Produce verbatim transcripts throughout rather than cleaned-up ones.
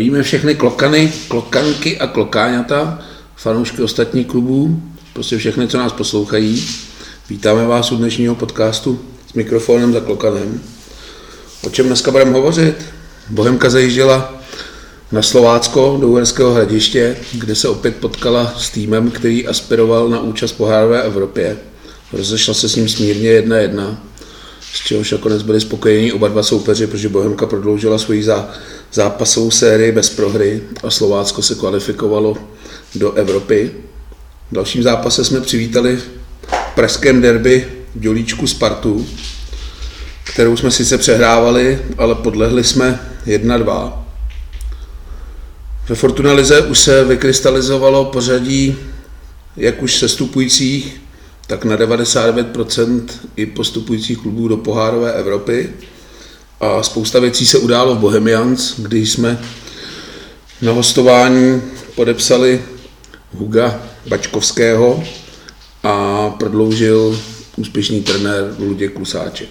Zdravíme všechny klokany, klokanky a klokáňata, fanoušky ostatních klubů, prostě všechny, co nás poslouchají. Vítáme vás u dnešního podcastu s mikrofonem za klokanem. O čem dneska budeme hovořit? Bohemka zajížděla na Slovácko do Uherského Hradiště, kde se opět potkala s týmem, který aspiroval na účast v pohárové Evropě. Rozešla se s ním smírně jedna jedna, z čehož nakonec byli spokojení oba dva soupeři, protože Bohemka prodloužila svoji zá, zápasovou sérii bez prohry a Slovácko se kvalifikovalo do Evropy. V dalším zápase jsme přivítali v pražském derby Dělíčku Spartu, kterou jsme sice přehrávali, ale podlehli jsme jedna dva. Ve Fortuna lize už se vykrystalizovalo pořadí jak už sestupujících, tak na devadesát devět procent i postupujících klubů do pohárové Evropy. A spousta věcí se událo v Bohemians, kdy jsme na hostování podepsali Huga Bačkovského a prodloužil úspěšný trenér Luděk Klusáček.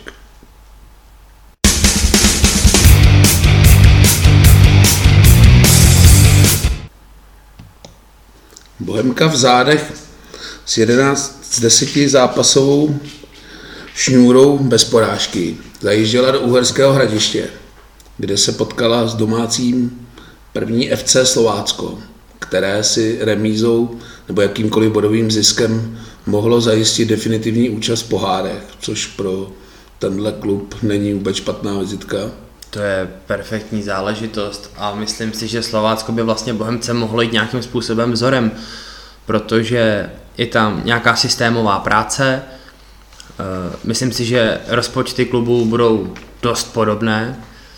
Bohemka v zádech s jedenáct z deseti zápasovou šňůrou bez porážky zajížděla do Uherského Hradiště, kde se potkala s domácím první F C Slovácko, které si remízou nebo jakýmkoliv bodovým ziskem mohlo zajistit definitivní účast v pohárech, což pro tenhle klub není vůbec špatná vizitka. To je perfektní záležitost a myslím si, že Slovácko by vlastně Bohemce mohlo jít nějakým způsobem vzorem, protože je tam nějaká systémová práce. Myslím si, že rozpočty klubů budou dost podobné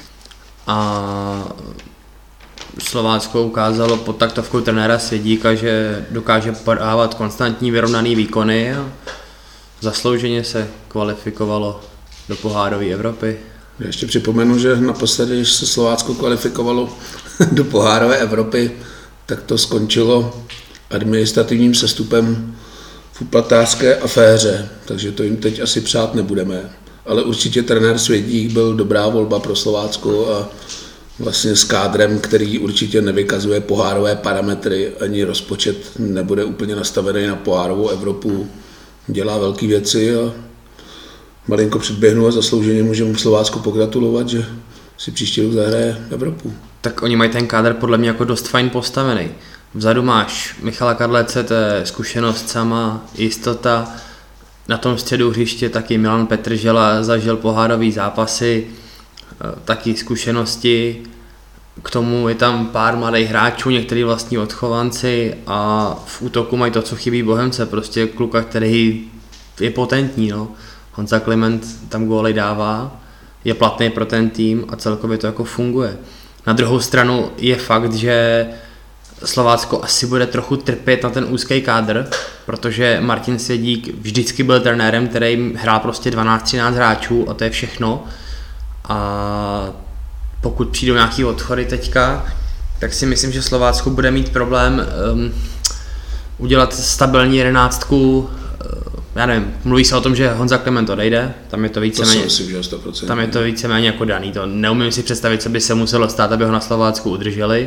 a Slovácko ukázalo pod taktovkou trenéra Svědíka, že dokáže podávat konstantní vyrovnaný výkony a zaslouženě se kvalifikovalo do pohárové Evropy. Já ještě připomenu, že naposledy, když se Slovácko kvalifikovalo do pohárové Evropy, tak to skončilo administrativním sestupem v uplatářské aféře, takže to jim teď asi přát nebudeme. Ale určitě trenér Svědík byl dobrá volba pro Slovácko a vlastně s kádrem, který určitě nevykazuje pohárové parametry, ani rozpočet nebude úplně nastavený na pohárovou Evropu, dělá velké věci a malinko předběhnu a zaslouženě můžeme Slovácku pogratulovat, že si příští rok zahraje Evropu. Tak oni mají ten kádr podle mě jako dost fajn postavený. Vzadu máš Michala Kadlece, to je zkušenost sama, jistota. Na tom středu hřiště taky Milan Petržela zažil pohárový zápasy, taky zkušenosti. K tomu je tam pár mladých hráčů, některý vlastní odchovanci a v útoku mají to, co chybí Bohemce, prostě kluka, který je potentní. No. Honza Kliment tam góly dává, je platný pro ten tým a celkově to jako funguje. Na druhou stranu je fakt, že Slovácko asi bude trochu trpět na ten úzký kádr, protože Martin Svědík vždycky byl trenérem, který hrál prostě dvanáct třináct hráčů a to je všechno. A pokud přijdou nějaký odchody teďka, tak si myslím, že Slovácko bude mít problém um, udělat stabilní jedenáctku. Uh, já nevím, mluví se o tom, že Honza Kliment odejde, tam je to víceméně, tam je to víceméně jako daný. To neumím si představit, co by se muselo stát, aby ho na Slovácku udrželi.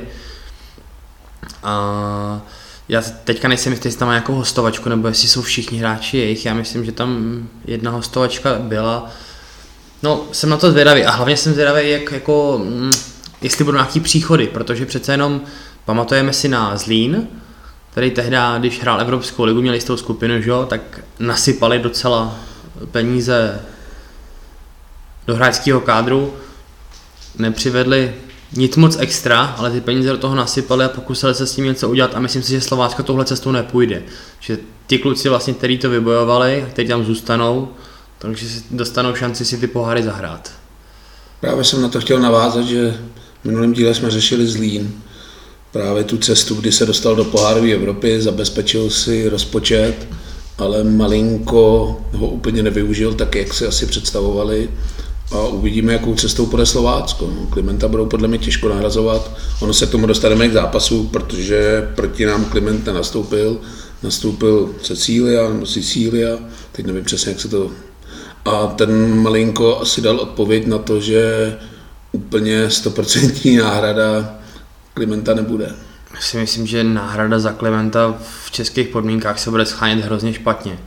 A já teďka nejsem jistý, jestli tam má nějakou hostovačku, nebo jestli jsou všichni hráči jejich. Já myslím, že tam jedna hostovačka byla. No, jsem na to zvědavý a hlavně jsem zvědavý, jak, jako, mm, jestli budou nějaký příchody, protože přece jenom pamatujeme si na Zlín, který tehdy, když hrál Evropskou ligu, měli jistou skupinu, že jo, tak nasypali docela peníze do hráčského kádru, nepřivedli nic moc extra, ale ty peníze do toho nasypali a pokusili se s tím něco udělat a myslím si, že Slovácko touhle cestou nepůjde. Že ti kluci vlastně, kteří to vybojovali, kteří tam zůstanou, takže si dostanou šanci si ty poháry zahrát. Právě jsem na to chtěl navázat, že v minulém díle jsme řešili Zlín. Právě tu cestu, kdy se dostal do pohárové Evropy, zabezpečil si rozpočet, ale malinko ho úplně nevyužil tak, jak si asi představovali. A uvidíme, jakou cestou půjde Slovácko. No, Klimenta budou podle mě těžko nahrazovat. Ono se k tomu dostaneme k zápasu, protože proti nám Kliment nenastoupil. Nastoupil Cecília, nebo Sicília, teď nevím přesně, jak se to... A ten malinko asi dal odpověď na to, že úplně stoprocentní náhrada Klimenta nebude. Já si myslím, že náhrada za Klimenta v českých podmínkách se bude schánět hrozně špatně.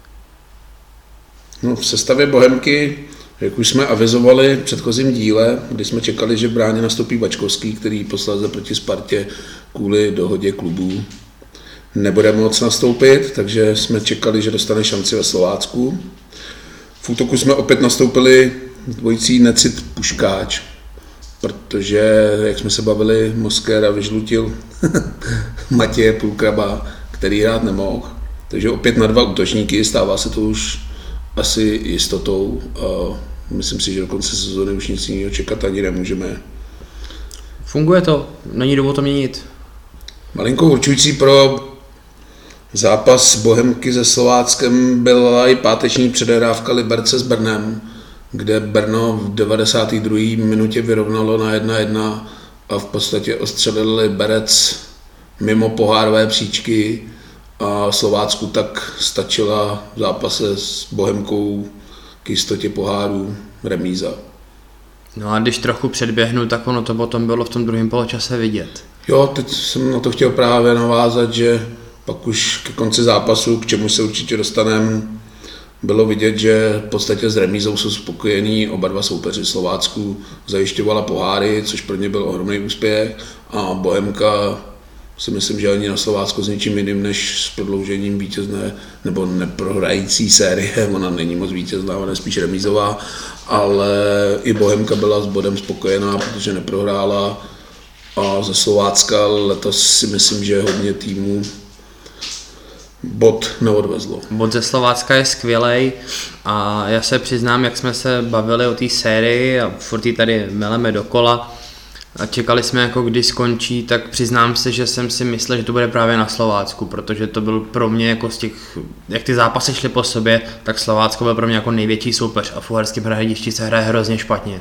No, v sestavě Bohemky, jak už jsme avizovali v předchozím díle, kdy jsme čekali, že v bráně nastoupí Bačkovský, který posléze proti Spartě kvůli dohodě klubů nebude moc nastoupit, takže jsme čekali, že dostane šanci ve Slovácku. V útoku jsme opět nastoupili dvojicí Necit Puškáč, protože, jak jsme se bavili, Moskéra vyžlutil Matěje Půlkraba, který hrát nemohl. Takže opět na dva útočníky, stává se to už asi jistotou. A myslím si, že do konce sezóny už nic jiného čekat ani nemůžeme. Funguje to, není důvod to měnit. Malinko určující pro zápas Bohemky se Slováckem byla i páteční předehrávka Liberce s Brnem, kde Brno v devadesáté druhé minutě vyrovnalo na jedna jedna a v podstatě ostřelil Liberec mimo pohárové příčky a Slovácku tak stačila v zápase s Bohemkou k jistotě poháru remíza. No a když trochu předběhnu, tak ono to potom bylo v tom druhém poločase vidět. Jo, teď jsem na to chtěl právě navázat, že pak už ke konci zápasu, k čemu se určitě dostaneme, bylo vidět, že v podstatě s remízou jsou spokojení, oba dva soupeři Slovácku zajišťovala poháry, což pro ně byl ohromný úspěch a Bohemka si myslím, že ani na Slovácko s ničím jiným než s prodloužením vítězné nebo neprohrající série, ona není moc vítězná, ona je spíš remízová, ale i Bohemka byla s bodem spokojená, protože neprohrála a ze Slovácka letos si myslím, že hodně týmů bod neodvezlo. Bod ze Slovácka je skvělej a já se přiznám, jak jsme se bavili o té sérii a furt ji tady meleme dokola a čekali jsme, jako kdy skončí, tak přiznám se, že jsem si myslel, že to bude právě na Slovácku, protože to byl pro mě jako z těch, jak ty zápasy šly po sobě, tak Slovácko byl pro mě jako největší soupeř a v Uherském Hradišti se hraje hrozně špatně.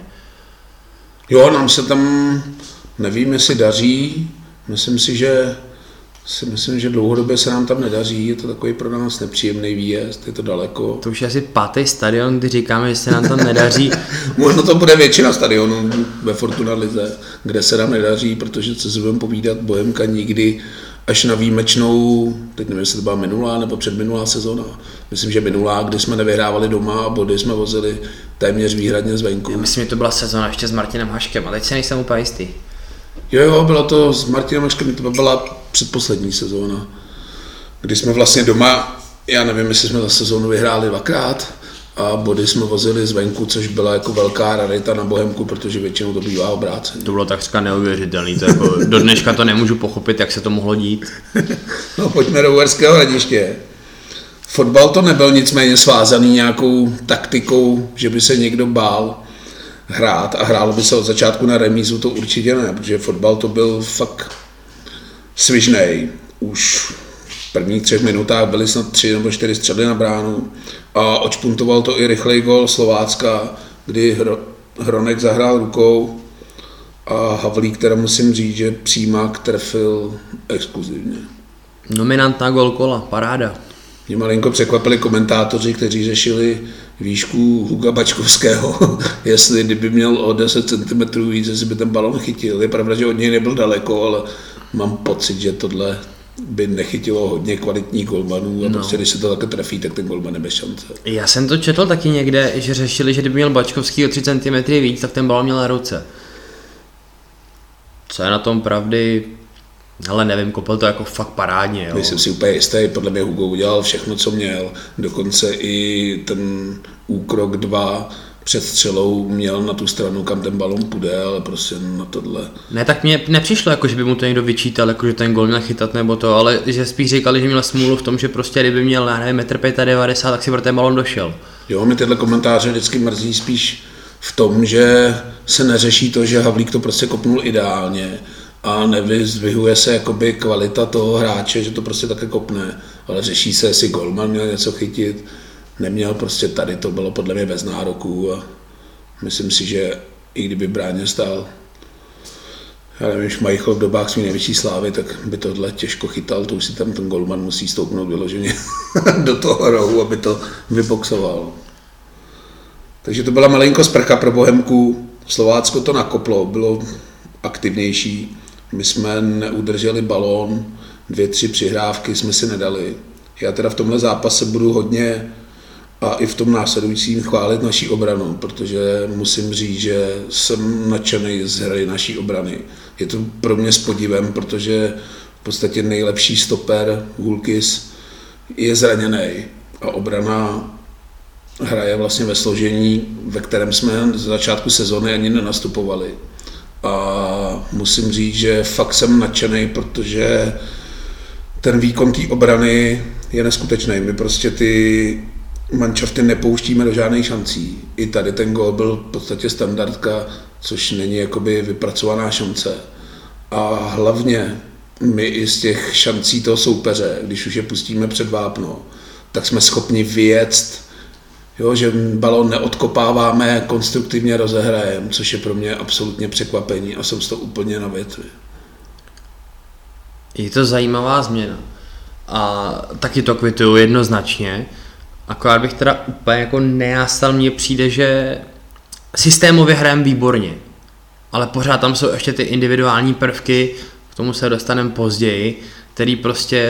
Jo, nám se tam, nevím, jestli daří, myslím si, že si myslím, že dlouhodobě se nám tam nedaří, je to takový pro nás nepříjemný výjezd, je to daleko. To už je asi pátý stadion, kdy říkáme, že se nám tam nedaří. Možno to bude většina stadionů ve Fortuna lize, kde se nám nedaří, protože co si budeme povídat, Bohemka nikdy až na výjimečnou, teď nevím, jestli to byla minulá nebo předminulá sezóna. Myslím, že minulá, kdy jsme nevyhrávali doma a body jsme vozili téměř výhradně zvenku. Já myslím, že to byla sezóna ještě s Martinem Haškem a teď se nejsem úplně jistý. Jo, jo, bylo to s Martinem Haškem, to byla předposlední sezóna, kdy jsme vlastně doma, já nevím, jestli jsme za sezónu vyhráli dvakrát a body jsme vozili zvenku, což byla jako velká rarita na Bohemku, protože většinou to bývá obráceně. To bylo takřka neuvěřitelný, to jako, do dneška to nemůžu pochopit, jak se to mohlo dít. No pojďme do Uherského Hradiště. Fotbal to nebyl nicméně svázaný nějakou taktikou, že by se někdo bál hrát a hrálo by se od začátku na remízu, to určitě ne, protože fotbal to byl fakt svižnej. Už v prvních třech minutách byly snad tři nebo čtyři střely na bránu a odšpuntoval to i rychlej gól Slovácka, kdy Hro, Hronek zahrál rukou a Havlík, teda musím říct, že přímák trefil exkluzivně. Nominant na gól kola, paráda. Mě malinko překvapili komentátoři, kteří řešili výšku Huga Bačkovského, jestli kdyby měl o deset centimetrů víc, jestli by ten balon chytil. Je pravda, že od něj nebyl daleko, ale mám pocit, že tohle by nechytilo hodně kvalitních golmanů a no. Prostě když se to také trefí, tak ten golman nebez šance. Já jsem to četl taky někde, že řešili, že kdyby měl Bačkovský o tři centimetry víc, tak ten balon měl na ruce. Co je na tom pravdy? Ale nevím, kopal to jako fakt parádně. Jo. Nejsem si úplně jistý, podle mě Hugo udělal všechno, co měl. Dokonce i ten úkrok dva před střelou měl na tu stranu, kam ten balon půjde, ale prostě na tohle. Ne, tak mně nepřišlo, jako, že by mu to někdo vyčítal, jako, že ten gol měl chytat nebo to, ale že spíš říkali, že měl smůlu v tom, že prostě kdyby měl, nevím, metr devadesát, tak si pro ten balon došel. Jo, mi tyhle komentáře vždycky mrzí spíš v tom, že se neřeší to, že Havlík to prostě kopnul ideálně a nevyzdvihuje se jakoby kvalita toho hráče, že to prostě také kopne, ale řeší se, jestli golman měl něco chytit, neměl, prostě tady to bylo podle mě bez nároků a myslím si, že i kdyby bráně stál, já nevím, Šmajchl v dobách svý největší slávy, tak by tohle těžko chytal, to už si tam ten golman musí stoupnout vyloženě do toho rohu, aby to vyboxoval. Takže to byla malinko sprcha pro Bohemku, Slovácko to nakoplo, bylo aktivnější, My jsme neudrželi balón, dvě, tři přihrávky jsme si nedali. Já teda v tomhle zápase budu hodně a i v tom následujícím chválit naší obranu, protože musím říct, že jsem nadšený z hry naší obrany. Je to pro mě s podivem, protože v podstatě nejlepší stoper Hulkis je zraněný a obrana hraje vlastně ve složení, ve kterém jsme z začátku sezóny ani nenastupovali. A musím říct, že fakt jsem nadšený, protože ten výkon té obrany je neskutečný. My prostě ty manšafty nepouštíme do žádných šancí. I tady ten gól byl v podstatě standardka, což není jakoby vypracovaná šance. A hlavně my i z těch šancí toho soupeře, když už je pustíme před vápno, tak jsme schopni vyjet, jo, že balón neodkopáváme, konstruktivně rozehrajeme, což je pro mě absolutně překvapení a jsem z toho úplně na větvi. Je to zajímavá změna a taky to kvituju jednoznačně, akorát bych teda úplně jako nejástal, mně přijde, že systémově hrajeme výborně, ale pořád tam jsou ještě ty individuální prvky, k tomu se dostaneme později, který prostě,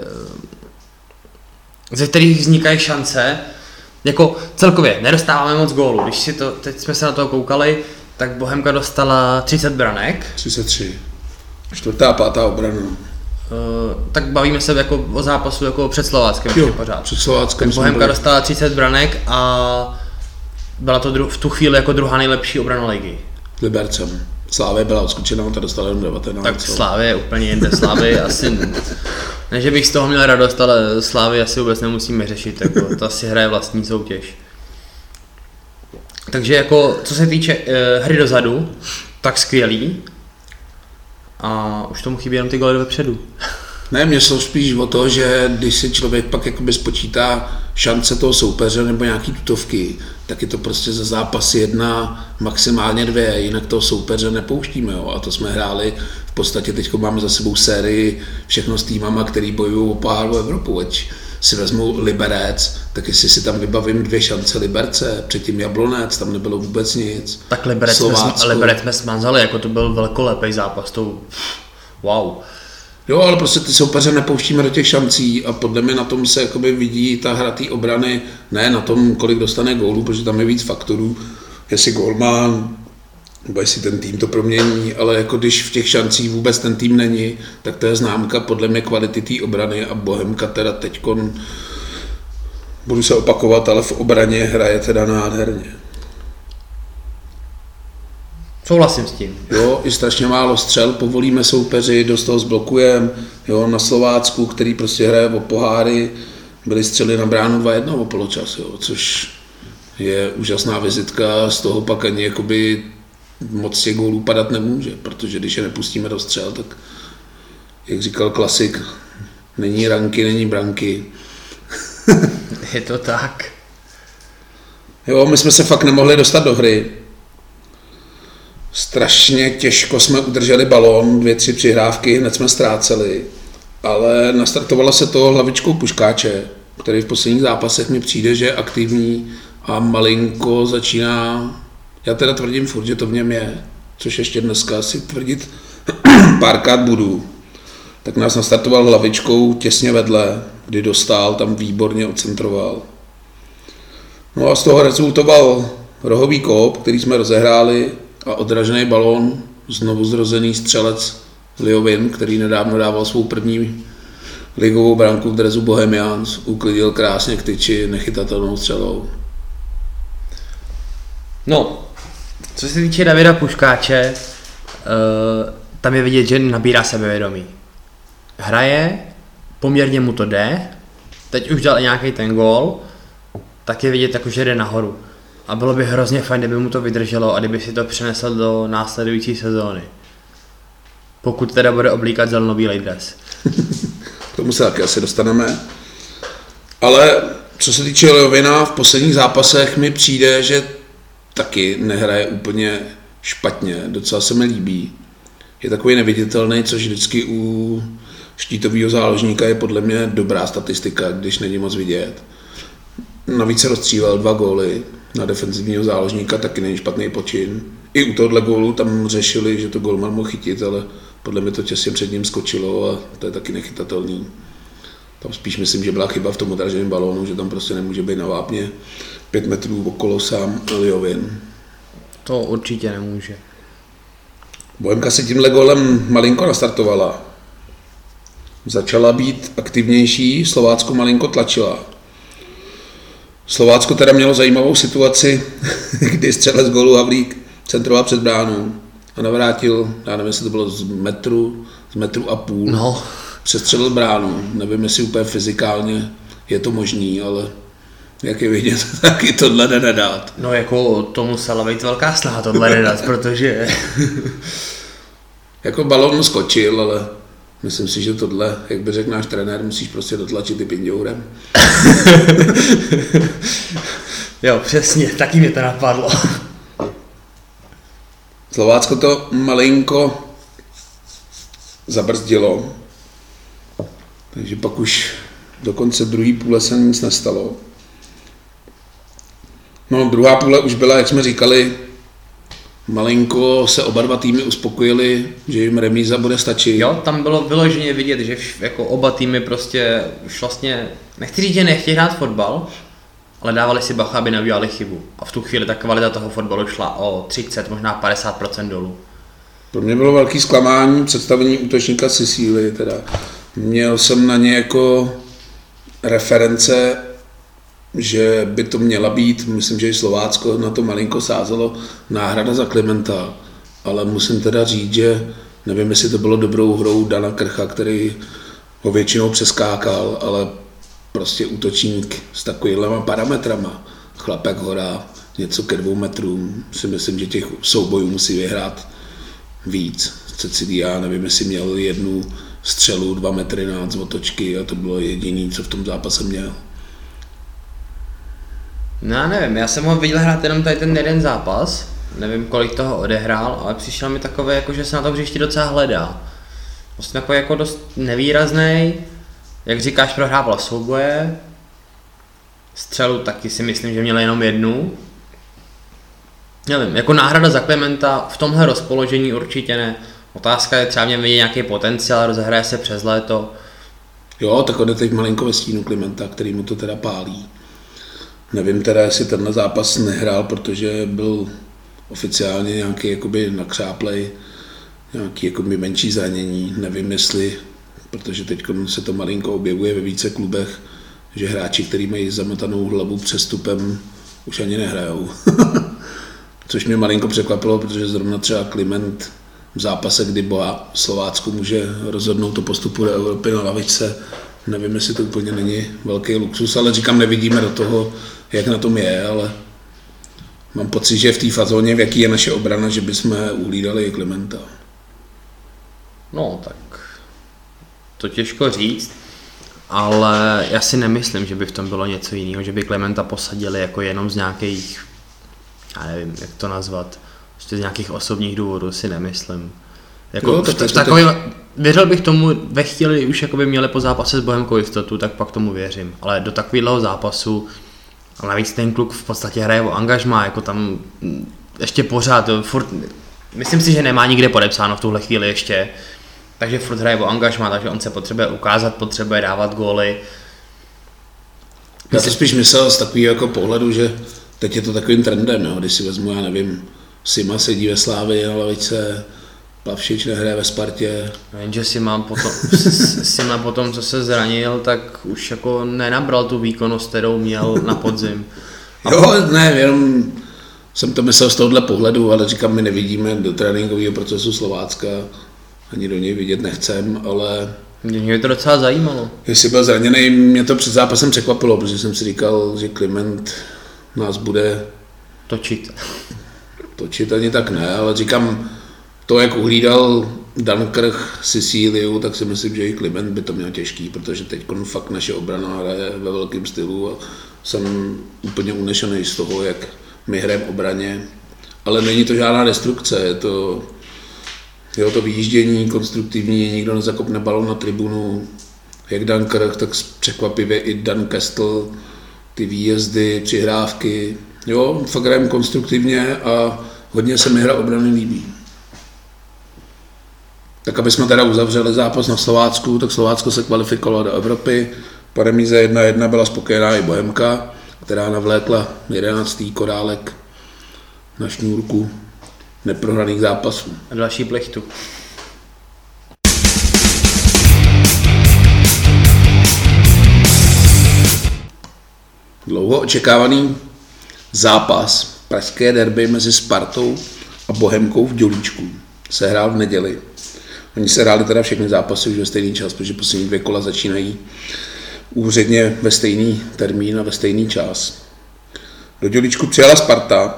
ze kterých vznikají šance, jako celkově nedostáváme moc gólů, když si to, teď jsme se na to koukali, tak Bohemka dostala třicet branek. třicet tři. Čtvrtá a pátá obrana. Uh, tak bavíme se jako o zápasu jako před Slováckem. Jo, pořád. před Slováckem. Tak Bohemka dostala třicet branek a byla to dru- v tu chvíli jako druhá nejlepší obrana ligy. Libercem. Slávě byla odskočena, ta dostala jenom devatenáct. Tak Slávě je úplně jinde. Slávě asi, ne že bych z toho měl radost, ale Slávě asi vůbec nemusíme řešit, jako, to asi hraje vlastní soutěž. Takže jako, co se týče uh, hry dozadu, tak skvělý. A už tomu chybí jenom ty góly vepředu. Ne, mě šlo spíš o to, že když si člověk pak jakoby spočítá šance toho soupeře nebo nějaký tutovky, tak je to prostě za zápas jedna, maximálně dvě, jinak toho soupeře nepouštíme. Jo? A to jsme hráli, v podstatě teď máme za sebou sérii všechno s týmama, který bojují o poháru Evropu. Ať si vezmu Liberec, tak jestli si tam vybavím dvě šance Liberce, předtím Jablonec, tam nebylo vůbec nic. Tak Liberec jsme, Liberec jsme smazali, jako to byl velkolepý zápas, to wow. Jo, ale prostě ty soupeře nepouštíme do těch šancí a podle mě na tom se jakoby vidí ta hra té obrany, ne na tom, kolik dostane gólů, protože tam je víc faktorů, jestli gólman, nebo jestli ten tým to promění, ale jako když v těch šancích vůbec ten tým není, tak to je známka podle mě kvality té obrany a Bohemka teda teďkon, budu se opakovat, ale v obraně hraje teda nádherně. Souhlasím s tím. Jo, i strašně málo střel, povolíme soupeři, dost toho zblokujeme, jo, na Slovácku, který prostě hraje o poháry, byly střely na bránu dva jedna o poločas, jo, což je úžasná vizitka, z toho pak ani jakoby moc těch gólů padat nemůže, protože když je nepustíme do střel, tak jak říkal klasik, není ranky, není branky. Je to tak. Jo, my jsme se fakt nemohli dostat do hry. Strašně těžko jsme udrželi balón, dvě, tři přihrávky, hned jsme ztráceli, ale nastartovalo se to hlavičkou Puškáče, který v posledních zápasech mi přijde, že je aktivní a malinko začíná, já teda tvrdím furt, že to v něm je, což ještě dneska si tvrdit párkrát budu, tak nás nastartoval hlavičkou těsně vedle, kdy dostal, tam výborně odcentroval. No a z toho rezultoval rohový kop, který jsme rozehráli, a odražený balón, znovu zrozený střelec Liovin, který nedávno dával svou první ligovou branku v dresu Bohemians, uklidil krásně k tyči nechytatelnou střelou. No, co se týče Davida Puškáče, tam je vidět, že nabírá sebevědomí. Hraje, poměrně mu to jde, teď už dal nějaký ten gól, tak je vidět, jako, že jde nahoru. A bylo by hrozně fajn, kdyby mu to vydrželo a kdyby si to přenesl do následující sezóny. Pokud teda bude oblíkat zelenový dres. K tomu se taky asi dostaneme. Ale co se týče Liovina, v posledních zápasech mi přijde, že taky nehraje úplně špatně. Docela se mi líbí. Je takový neviditelný, což vždycky u štítového záložníka je podle mě dobrá statistika, když není moc vidět. Navíc se rozstříval dva góly na defenzivního záložníka, taky není špatný počin. I u tohohle gólu tam řešili, že to gólman mohl chytit, ale podle mě to těsně před ním skočilo a to je taky nechytatelný. Tam spíš myslím, že byla chyba v tom odraženém balónu, že tam prostě nemůže být na vápně pět metrů okolo sám Liovin. To určitě nemůže. Bohemka si tímhle gólem malinko nastartovala. Začala být aktivnější, Slovácko malinko tlačila. Slovácko teda mělo zajímavou situaci, kdy střelec gólu Havlík centroval před bránou a navrátil, já nevím, jestli to bylo z metru, z metru a půl, no. Přestřelil bránu. Nevím, jestli úplně fyzikálně je to možný, ale jak je vidět, taky tohle jde nedát. No jako to musela být velká snaha tohle nedat, protože... Jako balón skočil, ale myslím si, že tohle, jak by řekl náš trenér, musíš prostě dotlačit i pindourem. Jo, přesně, taky mě to napadlo. Slovácko to malinko zabrzdilo, takže pak už do konce druhé půle se nic nestalo. No, druhá půle už byla, jak jsme říkali, malinko se oba dva týmy uspokojili, že jim remíza bude stačit. Jo, tam bylo vyloženě vidět, že vš, jako oba týmy prostě už vlastně, nechci říct, že nechtějí hrát fotbal, ale dávali si bacha, aby neudělali chybu. A v tu chvíli ta kvalita toho fotbalu šla o třicet, možná padesát procent dolů. Pro mě bylo velký zklamání představení útočníka Sicílie, teda. Měl jsem na ně jako reference, že by to měla být, myslím, že i Slovácko na to malinko sázelo, náhrada za Klimenta, ale musím teda říct, že nevím, jestli to bylo dobrou hrou Dana Krcha, který ho většinou přeskákal, ale prostě útočník s takovýhlema parametrama, chlapek hora, něco ke dvou metrům, si myslím, že těch soubojů musí vyhrát víc. Cecilia, nevím, jestli měl jednu střelu dva metry z otočky a to bylo jediný, co v tom zápase měl. No já nevím, já jsem ho viděl hrát jenom tady ten jeden zápas, nevím, kolik toho odehrál, ale přišel mi takové, jako, že se na to hřišti docela hledá. Prostě takový jako dost nevýraznej, jak říkáš, prohrával souboje, střelu taky si myslím, že měl jenom jednu. Nevím, jako náhrada za Klimenta v tomhle rozpoložení určitě ne. Otázka je třeba mě vidět nějaký potenciál, rozehraje se přes léto. Jo, tak on je teď malinko ve stínu Klimenta, který mu to teda pálí. Nevím teda, jestli tenhle zápas nehrál, protože byl oficiálně nějaký jakoby nakřáplej, nějaký jakoby menší zranění. Nevím, jestli, protože teď se to malinko objevuje ve více klubech, že hráči, kteří mají zamotanou hlavu přestupem, už ani nehrajou. Což mě malinko překvapilo, protože zrovna třeba Kliment v zápase, kdy Boha Slovácku může rozhodnout o postupu do Evropy na lavičce, nevím, jestli to úplně není velký luxus, ale říkám, nevidíme do toho, jak na tom je, ale mám pocit, že v té fazóně, v jaký je naše obrana, že bychom uhlídali i Klimenta. No, tak to těžko říct, ale já si nemyslím, že by v tom bylo něco jiného, že by Klimenta posadili jako jenom z nějakých, já nevím, jak to nazvat, prostě z nějakých osobních důvodů si nemyslím. Jako jo, v, v takovým, věřil bych tomu, ve chvíli už by měli po zápase s Bohemkou jistotu, tak pak tomu věřím, ale do takového zápasu, a navíc ten kluk v podstatě hraje o angažmá, jako tam ještě pořád, furt, myslím si, že nemá nikde podepsáno v tuhle chvíli ještě, takže furt hraje o angažmá, takže on se potřebuje ukázat, potřebuje dávat góly. Já si spíš myslel z takového jako pohledu, že teď je to takovým trendem, no, když si vezmu, já nevím, Sima sedí ve Slávii na lavičce, Plavšič nehraje ve Spartě. Jenže Sima potom, Sima potom, co se zranil, tak už jako nenabral tu výkonnost, kterou měl na podzim. A jo, ne, jenom jsem to myslel z tohohle pohledu, ale říkám, my nevidíme do tréninkového procesu Slovácka, ani do něj vidět nechcem, ale... Mě to docela zajímalo. Jestli byl zraněný, mě to před zápasem překvapilo, protože jsem si říkal, že Kliment nás bude... Točit. Točit ani tak ne, ale říkám, to, jak uhlídal Dan Krch Sicíliu, tak si myslím, že i Kliment by to měl těžký, protože teď fakt naše obrana hraje ve velkém stylu a jsem úplně unešený z toho, jak my hrajeme obraně. Ale není to žádná destrukce, je to, je to vyjíždění konstruktivní, nikdo nezakopne balon na tribunu, jak Dan Krch, tak překvapivě i Dan Kestl, ty výjezdy, přihrávky. Jo, fakt hrajeme konstruktivně a hodně se mi hra obrany líbí. Tak aby jsme teda uzavřeli zápas na Slovácku, tak Slovácko se kvalifikovalo do Evropy. Po remíze jedna jedna byla spokojená i Bohemka, která navlékla jedenáctý korálek na šňůrku neprohraných zápasů. A další plechtu. Dlouho očekávaný zápas, pražské derby mezi Spartou a Bohemkou v Dělíčku se hrál v neděli. Oni se hráli teda všechny zápasy už ve stejný čas, protože poslední dvě kola začínají úředně ve stejný termín a ve stejný čas. Do Dělíčku přijela Sparta.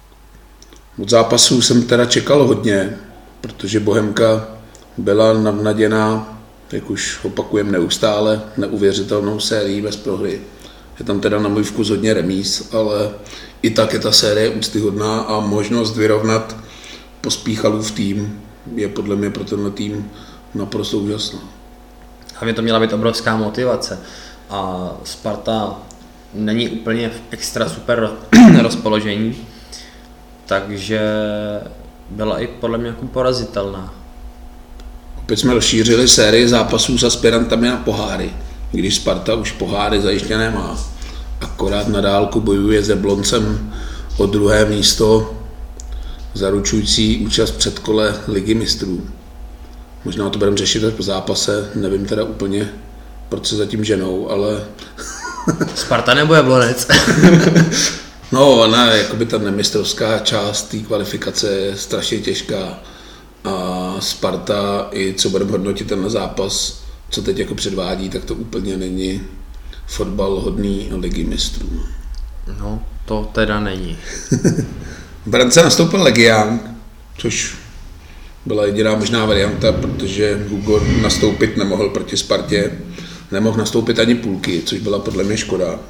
Od zápasů jsem teda čekal hodně, protože Bohemka byla navnaděná, jak už opakujem neustále, neuvěřitelnou sérií bez prohry. Je tam teda na můj vkus hodně remíz, ale i tak je ta série úctyhodná a možnost vyrovnat Pospíchalův tým je podle mě pro tenhle tým naprosto úžasná. Hlavně to měla být obrovská motivace a Sparta není úplně v extra super rozpoložení, takže byla i podle mě jako porazitelná. Opět jsme rozšířili sérii zápasů s aspirantami na poháry, když Sparta už poháry zajištěné má. Akorát na dálku bojuje s Jabloncem o druhé místo zaručující účast v předkole Ligy mistrů. Možná to budeme řešit až po zápase, nevím teda úplně, proč se zatím ženou, ale... Sparta nebo Jablonec? No, ona, jakoby ta nemistrovská část té kvalifikace je strašně těžká a Sparta, i co budeme hodnotit ten zápas, co teď jako předvádí, tak to úplně není fotbal hodný Ligy mistrů. No, to teda není. V brance nastoupil Legián, což byla jediná možná varianta, protože Hugo nastoupit nemohl proti Spartě, nemohl nastoupit ani Půlky, což byla podle mě škoda.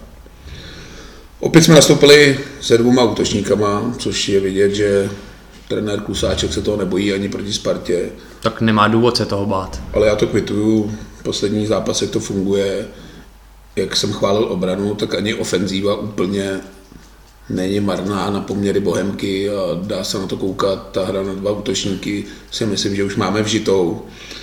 Opět jsme nastoupili se dvouma útočníkama, což je vidět, že trenér Klusáček se toho nebojí ani proti Spartě. Tak nemá důvod se toho bát. Ale já to kvituju, v posledních zápasech to funguje. Jak jsem chválil obranu, tak ani ofenzíva úplně není marná na poměry Bohemky a dá se na to koukat. Ta hra na dva útočníky si myslím, že už máme vžitou.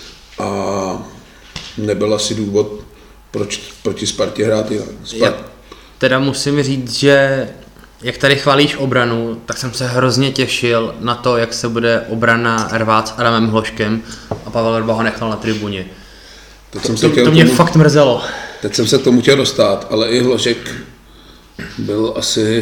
A nebyl asi důvod, proč proti Spartě hrát jinak. Spart... Já teda musím říct, že jak tady chválíš obranu, tak jsem se hrozně těšil na to, jak se bude obrana rvát s Adamem Hloškem a Pavel Vrba ho nechal na tribuně. To, to, to, to mě tomu, fakt mrzelo. Teď jsem se k tomu chtěl dostat, ale i Hlošek byl asi,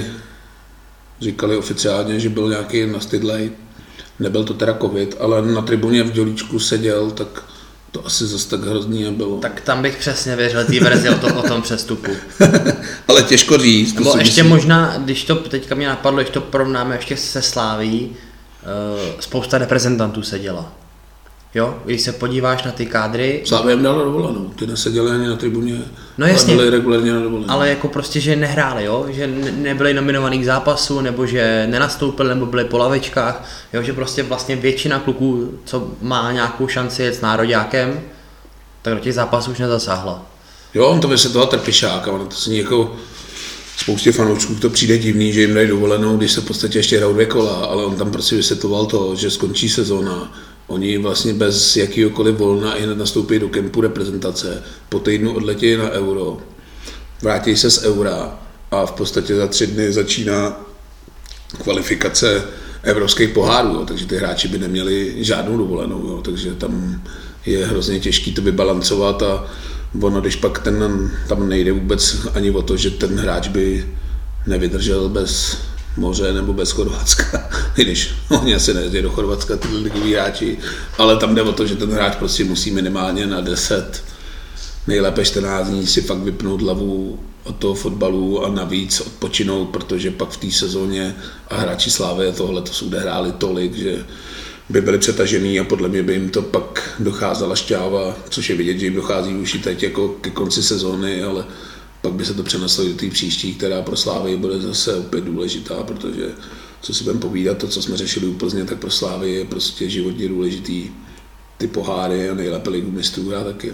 říkali oficiálně, že byl nějaký nastydlej. Nebyl to teda covid, ale na tribuně v Dělíčku seděl, tak to asi zase tak hrozný nebylo. Tak tam bych přesně věřil té verzi o, to, o tom přestupu. Ale těžko říct. Nebo ještě myslím. Možná, když to teďka mě napadlo, když to porovnáme ještě se Sláví, spousta reprezentantů seděla. Jo, když se podíváš na ty kádry... Slávě jim dala dovolenou, ty neseděli ani na tribuně, no jasně, ale byli regulérně na dovolenou. Ale jako prostě, že nehráli, jo, že nebyli nominovaný k zápasu, nebo že nenastoupili, nebo byli po lavičkách, jo, že prostě vlastně většina kluků, co má nějakou šanci jet s nároďákem, tak do těch zápasů už nezasáhla. Jo, on to vysvětloval Trpišák, a ono to si jako spoustě fanoušků to přijde divný, že jim dají dovolenou, když se v podstatě ještě hrajou dvě kola, ale on tam prostě vysvětloval to, že skončí sezóna. Oni vlastně bez jakýhokoliv volna i hned nastoupí do kempu reprezentace, po týdnu odletí na Euro, vrátí se z Eura a v podstatě za tři dny začíná kvalifikace evropských pohárů, jo, takže ty hráči by neměli žádnou dovolenou, jo, takže tam je hrozně těžký to vybalancovat a ono, když pak ten, tam nejde vůbec ani o to, že ten hráč by nevydržel bez moře nebo bez Chorvatska, i když oni asi nejezdí do Chorvatska, ty ligoví hráči, ale tam jde o to, že ten hráč prostě musí minimálně na deset, nejlépe čtrnáct dní si fakt vypnout hlavu od toho fotbalu a navíc odpočinout, protože pak v té sezóně a hráči Slávy tohle to jsou odehráli tolik, že by byli přetažený a podle mě by jim to pak docházela šťáva, což je vidět, že jim dochází už i teď jako ke konci sezóny, ale pak by se to přeneslo do té příští, která pro Slávy bude zase opět důležitá, protože co si budeme povídat, to, co jsme řešili u Plzně, tak pro Slávy je prostě životně důležitý ty poháry a nejlépe Ligu mistrů a taky.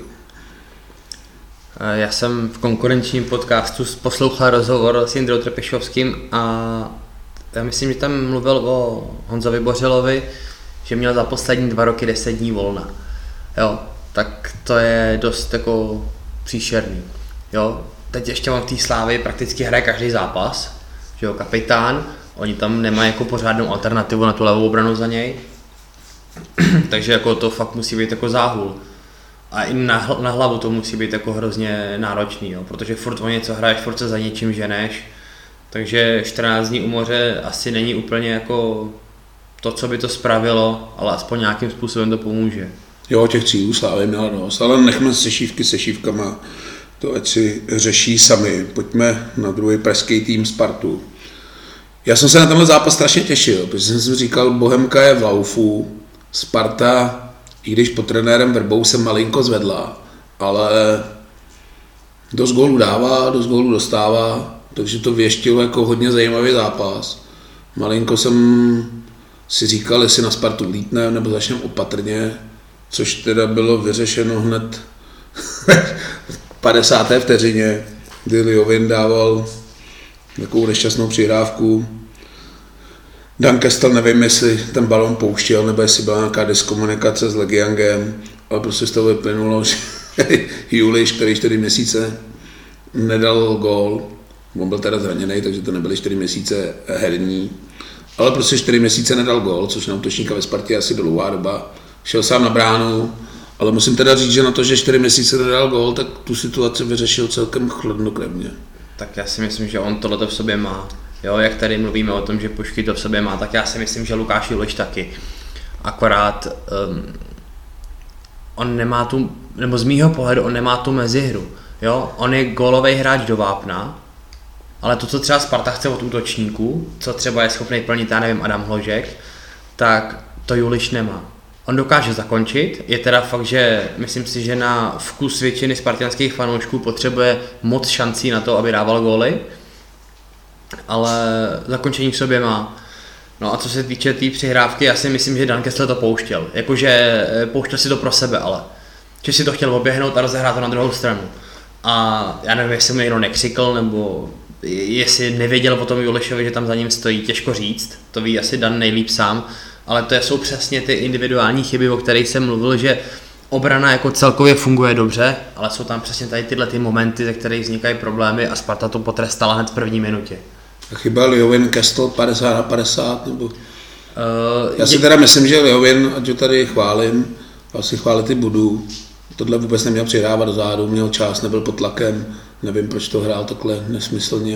Já jsem v konkurenčním podcastu poslouchal rozhovor s Jindrou Trpišovským a já myslím, že tam mluvil o Honzovi Bořilovi, že měl za poslední dva roky deset dní volna. Jo, tak to je dost jako příšerný. Jo, teď ještě on v té Slávii prakticky hraje každý zápas, že jo, kapitán, oni tam nemají jako pořádnou alternativu na tu levou obranu za něj, takže jako to fakt musí být jako záhul. A i na, na hlavu to musí být jako hrozně náročný, jo, protože furt o něco hraješ, furt se za něčím ženeš, takže čtrnáct dní u moře asi není úplně jako to, co by to spravilo, ale aspoň nějakým způsobem to pomůže. Jo, těch cílů Slávy měla dost, ale nechme sešívky sešívkama, to ať si řeší sami. Pojďme na druhý pražský tým Spartu. Já jsem se na tenhle zápas strašně těšil, protože jsem si říkal, Bohemka je v laufu, Sparta, i když pod trenérem Vrbou se malinko zvedla, ale dost gólů dává, dost gólů dostává, takže to věštilo jako hodně zajímavý zápas. Malinko jsem si říkal, jestli na Spartu vlítne, nebo začneme opatrně, což teda bylo vyřešeno hned v padesáté vteřině, kdy Liovin dával takovou nešťastnou přihrávku. Dan Kestel, nevím, jestli ten balon pouštěl, nebo jestli byla nějaká diskomunikace s Legiangem, ale prostě z toho vyplynulo, že Juliš, který čtyři měsíce nedal gól, on byl teda zraněný, takže to nebyly čtyři měsíce herní, ale prostě čtyři měsíce nedal gól, což na útočníka ve Spartě asi dlouhá doba. Šel sám na bránu, ale musím teda říct, že na to, že čtyři měsíce nedal gól, tak tu situaci vyřešil celkem chladnokrevně. Tak já si myslím, že on tohleto v sobě má. Jo, jak tady mluvíme o tom, že Pušky to v sobě má, tak já si myslím, že Lukáš Juliš taky. Akorát um, on nemá tu, nebo z mýho pohledu, on nemá tu mezihru. Jo, on je gólový hráč do vápna, ale to, co třeba Sparta chce od útočníků, co třeba je schopný plnit, já nevím, Adam Hložek, tak to Juliš nemá. On dokáže zakončit, je teda fakt, že myslím si, že na vkus většiny spartianských fanoušků potřebuje moc šancí na to, aby dával góly, ale zakončení v sobě má. No a co se týče té tý přihrávky, já si myslím, že Dan Kessler to pouštěl. Jakože pouštěl si to pro sebe, ale že si to chtěl oběhnout a rozehrát to na druhou stranu. A já nevím, jestli mu někdo nekřikl, nebo jestli nevěděl o tom Julišovi, že tam za ním stojí, těžko říct. To ví asi Dan nejlíp sám, ale to jsou přesně ty individuální chyby, o kterých jsem mluvil, že obrana jako celkově funguje dobře, ale jsou tam přesně tady tyhle ty momenty, ze kterých vznikají problémy a Sparta to potrestala hned v první minutě. A chyba Liovin Kestel padesát na padesát, nebo... Uh, Já si je... teda myslím, že Liovin, ať ho tady chválím, asi chválit i budu, tohle vůbec neměl přihrávat do zádu, měl čas, nebyl pod tlakem, nevím, proč to hrál takhle nesmyslně.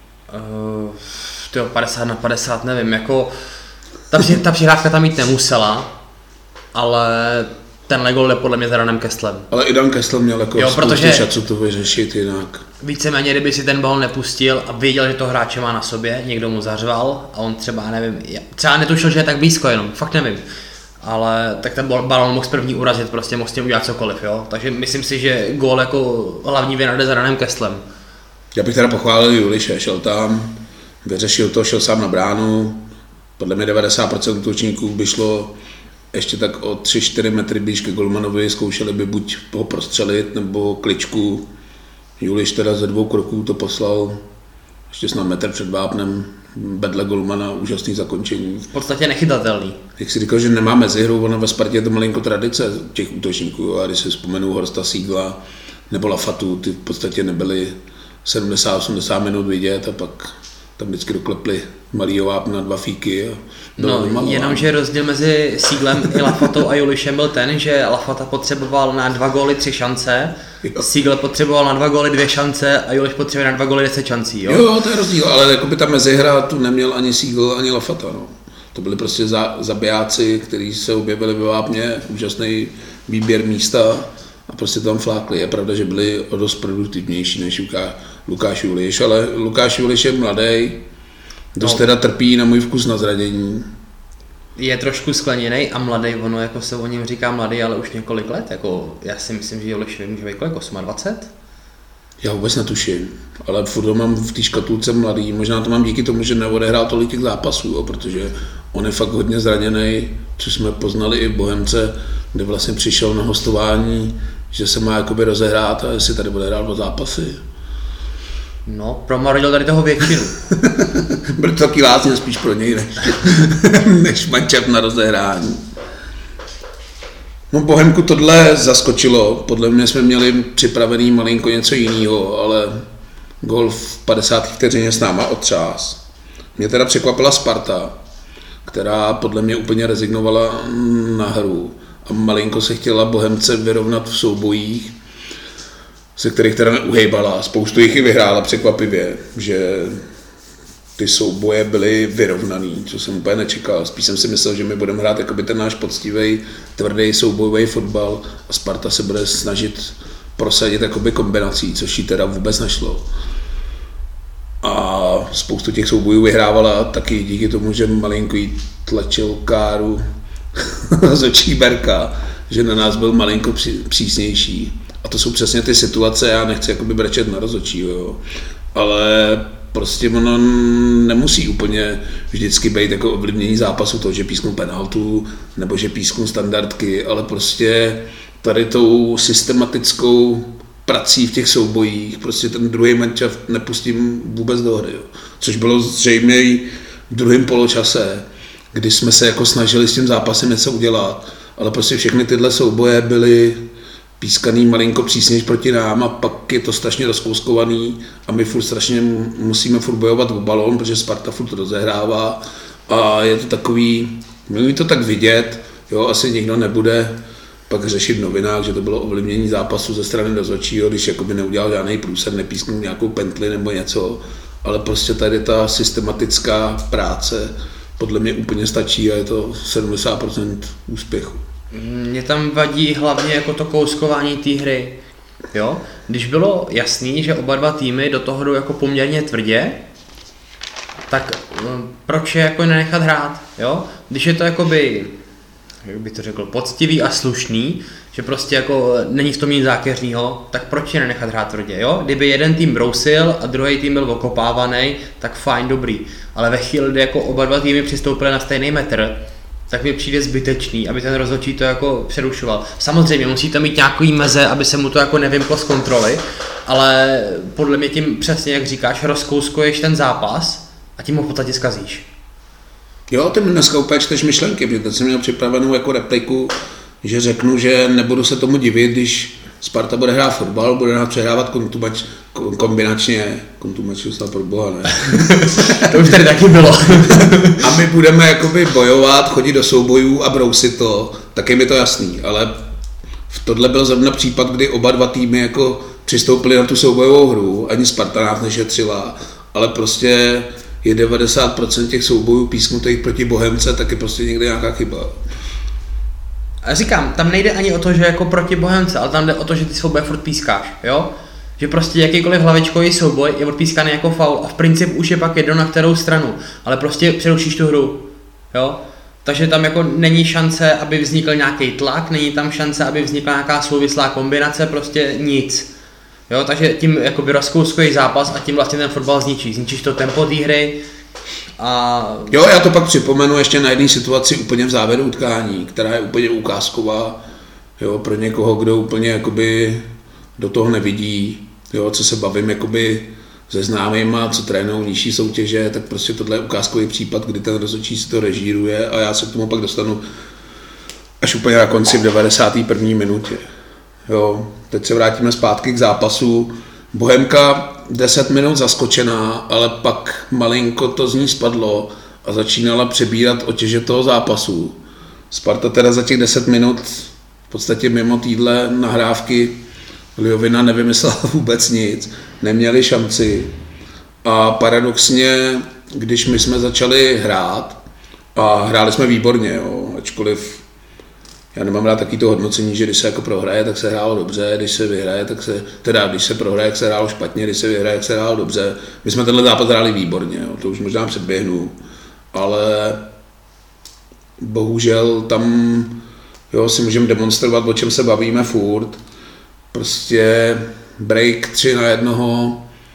Uh, tyjo, padesát na padesát, nevím, jako... Ta, při, ta přihrávka tam jít nemusela, ale tenhle gól je podle mě za Danem Kestlem. Ale i Dan Kessler měl jako jo, protože šancu to vyřešit jinak. Víceméně, kdyby si ten balon nepustil a věděl, že to hráče má na sobě, někdo mu zařval a on třeba, nevím, třeba netušil, že je tak blízko jenom, fakt nevím. Ale tak ten balon mohl z první urazit, prostě mohl s tím udělat cokoliv, jo. Takže myslím si, že gól jako hlavní vina jde za Danem Kestlem. Já bych teda pochválil Juliše, šel tam, vyřešil to, šel sám na bránu. Podle mě devadesát procent útočníků by šlo ještě tak o tři čtyři metry blíž ke golmanovi, zkoušeli by buď ho prostřelit, nebo kličku. Juliš teda ze dvou kroků to poslal ještě snad metr před vápnem, vedle golmana, úžasný zakončení. V podstatě nechytatelný. Jak si říkal, že nemá mezihru, ona ve Spartě je to malinko tradice těch útočníků, a když si vzpomenu Horsta Siegla nebo Lafatu, ty v podstatě nebyly sedmdesát osmdesát minut vidět a pak tam vždycky doklepli malýho vápna, dva fíky. A no, jenomže rozdíl mezi Sieglem i Lafatou a Julišem byl ten, že Lafata potřeboval na dva góly tři šance, jo. Siegl potřeboval na dva góly dvě šance a Juliš potřebuje na dva góly deset šancí. Jo, jo to je rozdíl, ale jakoby ta mezihra tu neměl ani Siegl, ani Lafata. No. To byli prostě za, zabijáci, kteří se objevili ve vápně, úžasný výběr místa a prostě tam flákli. Je pravda, že byli o dost produktivnější než Lukáš Juliš, ale Lukáš Juliš je mladý, dost no. teda trpí na můj vkus na zranění. Je trošku skleněný a mladý, ono jako se o něm říká mladý, ale už několik let, jako já si myslím, že Juliš může být kolik, dvacet osm? Já vůbec netuším, ale furt ho mám v té škatulce mladý, možná to mám díky tomu, že neodehrál tolik těch zápasů, jo, protože on je fakt hodně zraněný, což jsme poznali i v Bohemce, kde vlastně přišel na hostování, že se má jakoby rozehrát a jestli tady bude hrát dva zápasy. No, promarodil tady toho většinu. Byl to taky lázně spíš pro něj, než, než mančat na rozehrání. No Bohemku tohle zaskočilo, podle mě jsme měli připravený malinko něco jiného, ale gól v padesáté vteřině s náma otřás. Mě teda překvapila Sparta, která podle mě úplně rezignovala na hru a malinko se chtěla Bohemce vyrovnat v soubojích, se kterých teda neuhejbala. Spoustu jich i vyhrála překvapivě, že ty souboje byly vyrovnaný, co jsem úplně nečekal. Spíš jsem si myslel, že my budeme hrát jakoby ten náš poctivý, tvrdý soubojový fotbal a Sparta se bude snažit prosadit jakoby kombinací, což jí teda vůbec nešlo. A spoustu těch soubojů vyhrávala taky díky tomu, že malinko jí tlačil Káru z očí berka, že na nás byl malinko přísnější. A to jsou přesně ty situace, já nechci jakoby brečet na rozhodčího, jo. Ale prostě ono nemusí úplně vždycky být jako ovlivnění zápasu toho, že písknu penaltu nebo že písknu standardky, ale prostě tady tou systematickou prací v těch soubojích, prostě ten druhý mančaft nepustím vůbec do hry, jo. Což bylo zřejmě i v druhém poločase, kdy jsme se jako snažili s tím zápasem něco udělat, ale prostě všechny tyhle souboje byly pískaný malinko přísnější proti nám a pak je to strašně rozkouskovaný a my furt strašně musíme furt bojovat o balón, protože Sparta furt rozehrává a je to takový, měli to tak vidět, jo, asi nikdo nebude pak řešit v novinách, že to bylo ovlivnění zápasu ze strany rozhodčího, když jakoby neudělal žádný průser, nepísknul nějakou pentli nebo něco, ale prostě tady ta systematická práce podle mě úplně stačí a je to sedmdesát procent úspěchu. Mě tam vadí hlavně jako to kouskování té hry, jo? Když bylo jasný, že oba dva týmy do toho jdou jako poměrně tvrdě, tak proč je jako nenechat hrát, jo? Když je to jakoby, jak bych to řekl, poctivý a slušný, že prostě jako není v tom nic zákeřního, tak proč je nenechat hrát tvrdě, jo? Kdyby jeden tým brousil a druhý tým byl okopávaný, tak fajn, dobrý, ale ve chvíli, kdy jako oba dva týmy přistoupily na stejný metr, tak mi přijde zbytečný, aby ten rozhodčí to jako přerušoval. Samozřejmě musí tam mít nějaký meze, aby se mu to jako nevymklo z kontroly, ale podle mě tím přesně, jak říkáš, rozkouskuješ ten zápas a tím ho v podstatě zkazíš. Jo, ty mi dneska úplně čteš myšlenky, protože teď jsem měl připravenou jako repliku, že řeknu, že nebudu se tomu divit, když Sparta bude hrát fotbal, bude hrát přehrávat kontumač, kombinačně, kontumačně snad pro boha, ne? To už tady taky bylo. A my budeme jakoby bojovat, chodit do soubojů a brousit to, tak je mi to jasný, ale v tohle byl zrovna případ, kdy oba dva týmy jako přistoupili na tu soubojovou hru, ani Sparta nás nešetřila, ale prostě je devadesát procent těch soubojů písknutých proti Bohemce, tak je prostě někde nějaká chyba. A říkám, tam nejde ani o to, že jako proti Bohemce, ale tam jde o to, že ty souboje furt pískáš, jo? Že prostě jakýkoliv hlavičkový souboj je odpískaný jako faul a v principu už je pak jedno na kterou stranu, ale prostě přerušíš tu hru, jo? Takže tam jako není šance, aby vznikl nějaký tlak, není tam šance, aby vznikla nějaká souvislá kombinace, prostě nic. Jo, takže tím jakoby rozkouskuješ zápas a tím vlastně ten fotbal zničíš. Zničíš to tempo té hry a... Jo, já to pak připomenu ještě na jedné situaci úplně v závěru utkání, která je úplně ukázková, jo, pro někoho, kdo úplně jakoby do toho nevidí, jo, co se bavím jakoby se známýma, co trénují nižší soutěže, tak prostě tohle je ukázkový případ, kdy ten rozhodčí si to režíruje a já se k tomu pak dostanu až úplně na konci v devadesáté první minutě. Jo, teď se vrátíme zpátky k zápasu. Bohemka deset minut zaskočená, ale pak malinko to z ní spadlo a začínala přebírat otěže toho zápasu. Sparta teda za těch deset minut v podstatě mimo týhle nahrávky Liovina nevymyslela vůbec nic, neměli šanci a paradoxně, když my jsme začali hrát a hráli jsme výborně, jo, ačkoliv já nemám rád taky to hodnocení, že když se jako prohraje, tak se hrálo dobře, když se vyhraje, tak se, teda když se prohraje, tak se hrálo špatně, když se vyhraje, tak se hrálo dobře. My jsme tenhle zápas hráli výborně, jo, to už možná předběhnu, ale bohužel tam jo, si můžeme demonstrovat, o čem se bavíme furt. Prostě break tři na jednoho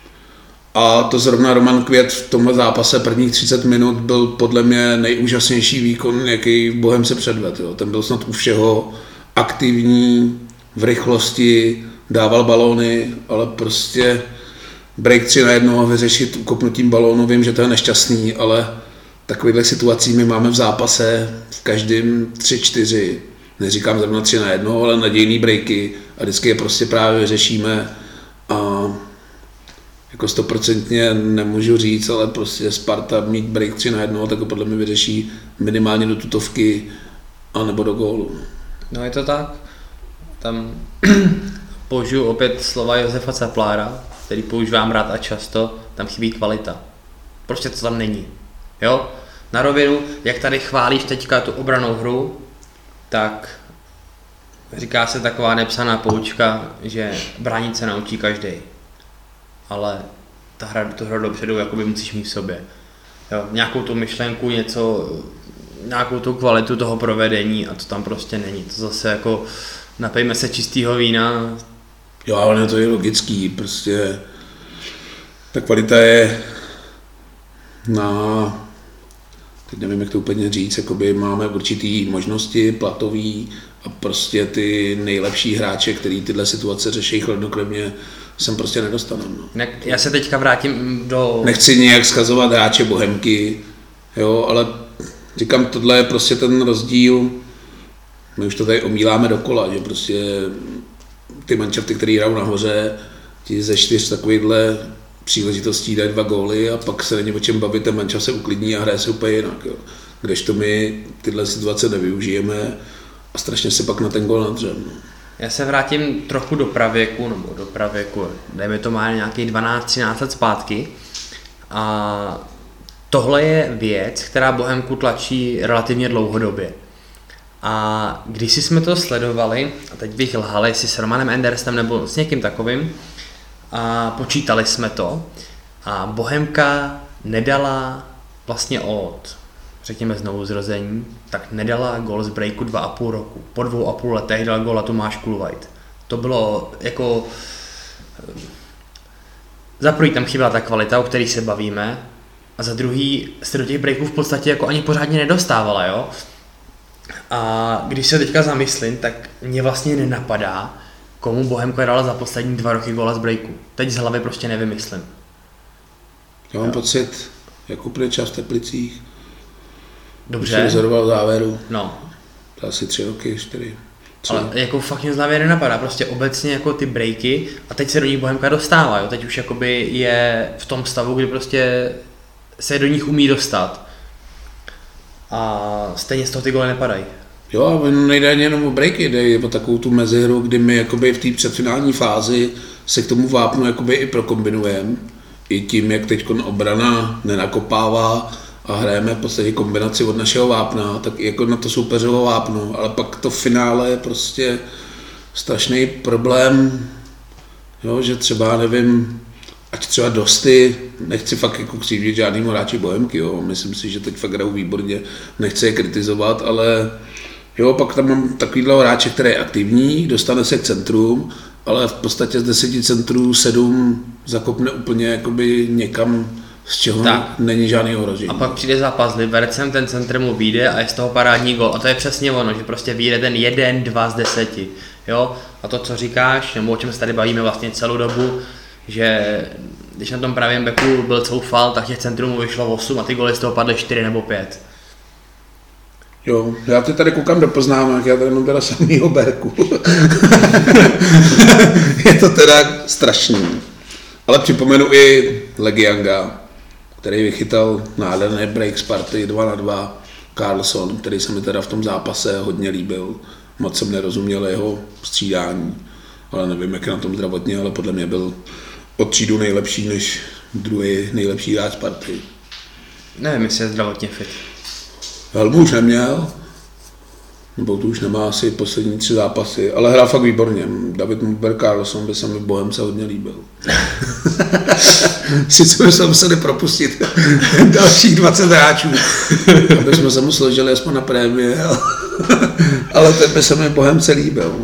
a to zrovna Roman Květ v tomhle zápase prvních třicet minut byl podle mě nejúžasnější výkon, jaký v Bohemce předvedl. Jo. Ten byl snad u všeho aktivní, v rychlosti, dával balóny, ale prostě break tři na jednoho vyřešit ukopnutím balónu, vím, že to je nešťastný, ale takovýchhle situací my máme v zápase v každém tři čtyři neříkám zrovna tři na jedno, ale nadějný breaky a vždycky je prostě právě vyřešíme a jako stoprocentně nemůžu říct, ale prostě Sparta mít break tři na jedno, tak podle mě vyřeší minimálně do tutovky a nebo do gólu. No je to tak. Tam použiju opět slova Josefa Ceplára, který používám rád a často, tam chybí kvalita. Prostě to tam není. Jo? Na rovinu, jak tady chválíš teďka tu obranou hru, tak říká se taková nepsaná poučka, že bránit se naučí každý. Ale ta hra, tu hru dopředu jakoby musíš mít v sobě. Jo? Nějakou tu myšlenku, něco, nějakou tu kvalitu toho provedení a to tam prostě není. To zase jako napijme se čistýho vína. Jo, ale to je logický, prostě ta kvalita je na, teď nevím, jak to úplně říct, jakoby máme určitý možnosti platový a prostě ty nejlepší hráče, který tyhle situace řeší chladnokrevně, sem prostě nedostanou. No. Ne, já se teďka vrátím do... Nechci nějak zkazovat hráče Bohemky, jo, ale říkám, tohle je prostě ten rozdíl, my už to tady omíláme dokola, že prostě ty manšafty, které hrajou nahoře, ti ze čtyř takovýchhle příležitostí dají dva góly a pak se není o čem bavit, ten manšaft se uklidní a hraje se úplně jinak. Jo. Kdežto my tyhle situace nevyužijeme a strašně se pak na ten gól nadřem. No. Já se vrátím trochu do pravěku, nebo do pravěku, dejme to má nějaký dvanáct třináct let zpátky. A tohle je věc, která Bohemku tlačí relativně dlouhodobě. A když jsme to sledovali, a teď bych lhal, jestli s Romanem Enderstem nebo s někým takovým, a počítali jsme to, a Bohemka nedala vlastně od, řekněme znovu zrození, tak nedala gól z breaku dva a půl roku. Po dvou a půl letech dal góla Tomáš Kulvajt. To bylo jako... Za prvý tam chyběla ta kvalita, o které se bavíme, a za druhý se do těch breaků v podstatě jako ani pořádně nedostávala, jo? A když se teďka zamyslím, tak mě vlastně nenapadá, komu Bohemka dala za poslední dva roky góla z breaku. Teď z hlavy prostě nevymyslím. Já mám jo. pocit, jako úplně čas v Teplicích. Dobře. Už rozhodoval závěru. No. To asi tři roky, čtyři. Tři. Ale jako fakt mě z hlavy nenapadá, prostě obecně jako ty breaky a teď se do nich Bohemka dostává, jo. Teď už jakoby je v tom stavu, kdy prostě se do nich umí dostat. A stejně z toho ty góly nepadají. Jo, a nejde ani jenom o breaky, jde o takovou tu mezihru, kdy my jakoby v té předfinální fázi se k tomu vápnu jakoby i prokombinujeme. I tím, jak teď obrana nenakopává a hrajeme v podstatě kombinaci od našeho vápna, tak i jako na to soupeřovo vápnu, ale pak to finále je prostě strašný problém, jo, že třeba nevím, ať třeba Dosty, nechci fakt jako křivdit žádnýmu hráči Bohemky, jo, myslím si, že teď fakt hrajou výborně, nechci je kritizovat, ale jo, pak tam mám takovýhle hráče, který je aktivní, dostane se k centrum, ale v podstatě z deseti centrů sedm zakopne úplně jakoby někam, z čeho tak. Není žádný ohrožení. A pak přijde zápas s Libercem, ten centr mu vyjde a je z toho parádní gol. A to je přesně ono, že prostě vyjde ten jeden, dva z deseti. Jo? A to, co říkáš, nebo o čem se tady bavíme vlastně celou dobu, že když na tom pravém beku byl Coufal, tak těch centrů mu vyšlo osm a ty goly z toho padly čtyři nebo pět. Jo, já teď tady koukám do poznámek, já tady mám teda samýho Berku. Je to teda strašný. Ale připomenu i Legianga, který vychytal nádherný break Sparty dva na dva. Carlson, který se mi teda v tom zápase hodně líbil. Moc jsem nerozuměl jeho střídání, ale nevím, jak je na tom zdravotně, ale podle mě byl od třídu nejlepší než druhý nejlepší hráč Sparty. Nevím, jestli je zdravotně fit. Helmu už neměl, nebo tu už nemá asi poslední tři zápasy, ale hrál fakt výborně. David Muber Carlson by se mi v Bohemce hodně líbil. Sice by se museli propustit dalších dvacet hráčů, aby jsme se mu složili aspoň na prémie, ale ten by se mi v Bohemce líbil.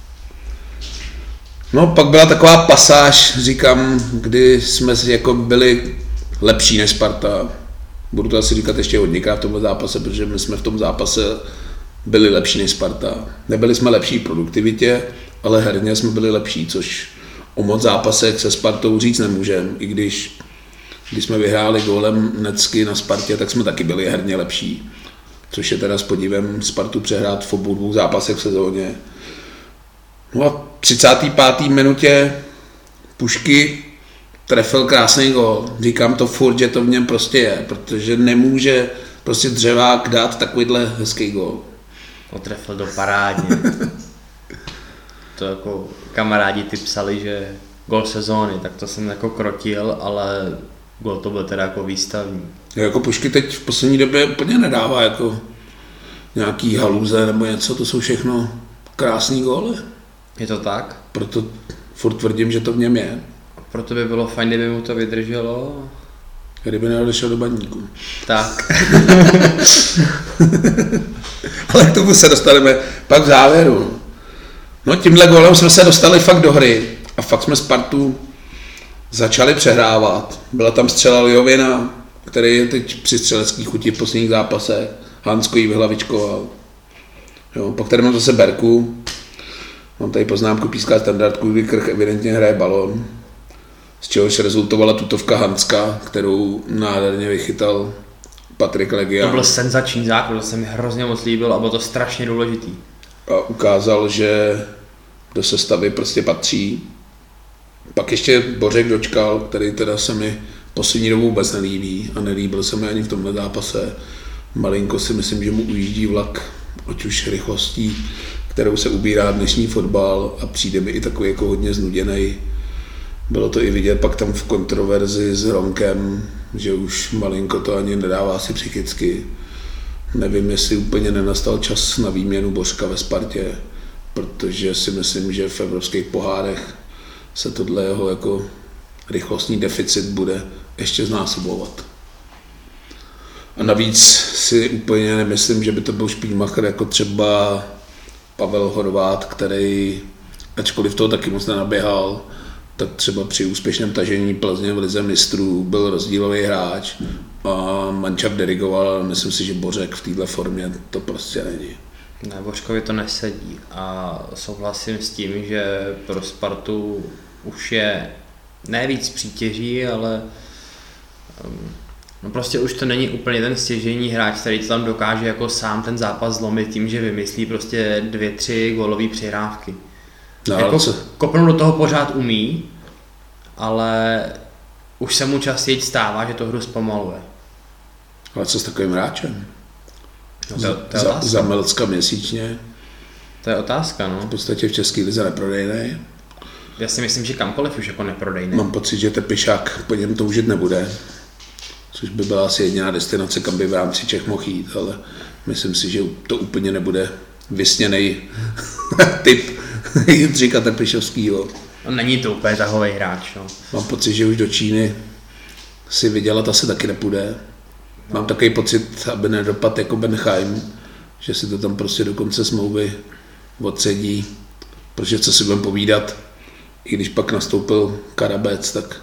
No, pak byla taková pasáž, říkám, kdy jsme jako byli lepší než Sparta. Budu to asi říkat ještě hodněkrát v tomhle zápase, protože my jsme v tom zápase byli lepší než Sparta. Nebyli jsme lepší v produktivitě, ale herně jsme byli lepší, což o moc zápasech se Spartou říct nemůžeme. I když, když jsme vyhráli gólem Necky na Spartě, tak jsme taky byli herně lepší. což je teda s podívem Spartu přehrát v obou dvou zápasech v sezóně. No a v třicáté páté minutě Pušky trefil krásný gól. Říkám to furt, že to v něm prostě je, protože nemůže prostě Dřevák dát takovýhle hezký gól. To trefil do parádně. To jako kamarádi ty psali, že gól sezóny, tak to jsem jako krotil, ale gól to byl teda jako výstavní. Jako Pušky teď v poslední době úplně nedává jako nějaký halůze nebo něco, to jsou všechno krásný góly. Je to tak? Proto furt tvrdím, že to v něm je. Proto by bylo fajn, kdyby mu to vydrželo. Kdyby neodešel do baníku. Tak. Ale k tomu se dostaneme pak v závěru. No tímhle gólem jsme se dostali fakt do hry a fakt jsme Spartu začali přehrávat. Byla tam střela Ljovina, který je teď při střelecký chuti v posledních zápasech. Hansko jí vyhlavičkoval. Jo, pak tady mám zase Berku. Mám tady poznámku, píská standardku, kdy Krch evidentně hraje balón. Z čehož rezultovala tutovka Hanska, kterou nádherně vychytal Patrik Legia. To byl senzační zákrok, to se mi hrozně moc líbilo a bylo to strašně důležitý. A ukázal, že do sestavy prostě patří. Pak ještě Bořek dočkal, který teda se mi poslední dobu vůbec nelíbí a nelíbil se mi ani v tomhle zápase. Malinko si myslím, že mu ujíždí vlak, ať už rychlostí, kterou se ubírá dnešní fotbal a přijde mi i takový jako hodně znuděnej. Bylo to i vidět pak tam v kontroverzi s Ronkem, že už malinko to ani nedává si psychicky. Nevím, jestli úplně nenastal čas na výměnu Bořka ve Spartě, protože si myslím, že v evropských pohárech se tohle jeho jako rychlostní deficit bude ještě znásobovat. A navíc si úplně nemyslím, že by to byl špílmacher jako třeba Pavel Horváth, který, ačkoliv toho taky moc nenaběhal, tak třeba při úspěšném tažení Plzně v lize mistrů byl rozdílový hráč a mančaft dirigoval, ale myslím si, že Bořek v této formě to prostě není. Ne, Bořkovi to nesedí a souhlasím s tím, že pro Spartu už je ne víc přítěží, ale um, no prostě už to není úplně ten stěžejní hráč, který to tam dokáže jako sám ten zápas zlomit tím, že vymyslí prostě dvě, tři gólový přihrávky. No, jako co? Kopnout do toho pořád umí, ale už se mu častěji stává, že to hru zpomaluje. Ale co s takovým hráčem? No to, to je za, otázka. za Melcka měsíčně. To je otázka, no. V podstatě v české lize neprodejnej. Já si myslím, že kamkoliv už jako neprodejný. Mám pocit, že Tepišák po něm toužit nebude, což by byla asi jediná destinace, kam by v rámci Čech mohl jít, ale myslím si, že to úplně nebude vysněnej typ Jindřicha Tepišovskýho. No, není to úplně tahový hráč, no. Mám pocit, že už do Číny si vydělat asi taky nepůjde. Mám takový pocit, aby nedopadl jako Benheim, že si to tam prostě do konce smlouvy odsedí, protože co si budeme povídat, i když pak nastoupil Karabec, tak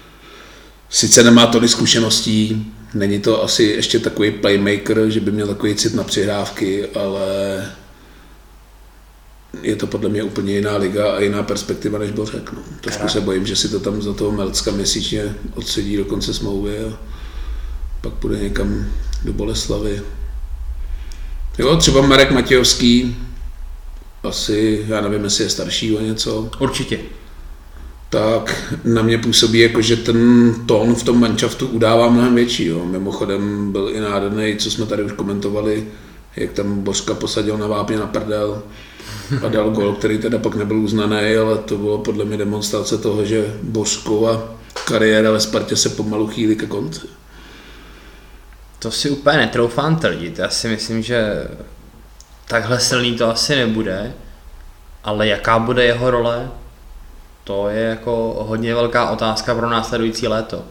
sice nemá tolik zkušeností, není to asi ještě takový playmaker, že by měl takový cit na přihrávky, ale je to podle mě úplně jiná liga a jiná perspektiva než Bořek. No. Trošku se bojím, že si to tam za toho Melcka měsíčně odsedí do konce smlouvy a pak půjde někam do Boleslavy. Jo, třeba Marek Matějovský, asi, já nevím, jestli je starší o něco. Určitě. Tak na mě působí jako, že ten tón v tom manšaftu udává mnohem větší. Jo. Mimochodem byl i nádherný, co jsme tady už komentovali, jak tam Bořka posadil na vápně na prdel a dal gol, který teda pak nebyl uznaný, ale to bylo podle mě demonstrace toho, že Bořkova kariéra ve Spartě se pomalu chýlí ke konci. To si úplně netroufám tvrdit. Já si myslím, že takhle silný to asi nebude, ale jaká bude jeho role, to je jako hodně velká otázka pro následující léto.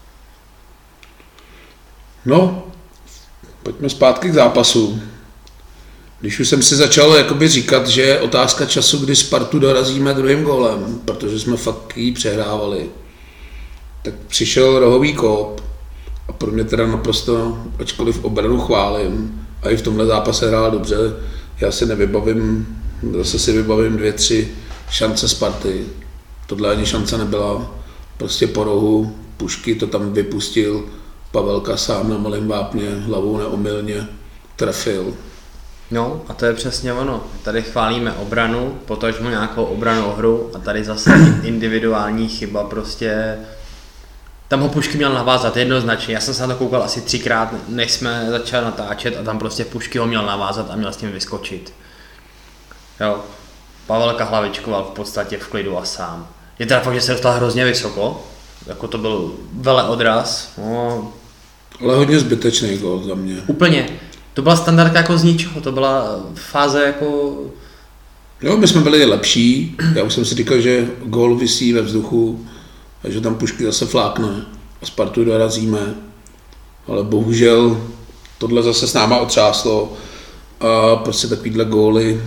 No, pojďme zpátky k zápasu. Když už jsem si začal jakoby říkat, že je otázka času, kdy Spartu dorazíme druhým gólem, protože jsme fakt jí přehrávali, tak přišel rohový kop a pro mě teda naprosto, ačkoliv obranu chválím a i v tomhle zápase hrál dobře, já si nevybavím, zase si vybavím dvě, tři šance Sparty. Tohle ani šance nebyla, prostě po rohu Pušky to tam vypustil, Pavelka sám na malém vápně, hlavou neomylně trefil. No a to je přesně ono. Tady chválíme obranu, potažmo nějakou obranu hru a tady zase individuální chyba prostě. Tam ho Pušky měl navázat jednoznačně. Já jsem se na to koukal asi třikrát, než jsme začali natáčet a tam prostě Pušky ho měl navázat a měl s tím vyskočit. Jo. Pavelka hlavičkoval v podstatě v klidu a sám. Je teda fakt, že se dostal hrozně vysoko, jako to byl vele odraz. No. Ale hodně zbytečný gól za mě. Úplně. To byla standardka jako z ničeho, to byla fáze jako... Jo, my jsme byli lepší, já už jsem si říkal, že gól visí ve vzduchu a že tam Pušky zase flákne a Spartu dorazíme, ale bohužel tohle zase s náma otřáslo a prostě takovýhle góly,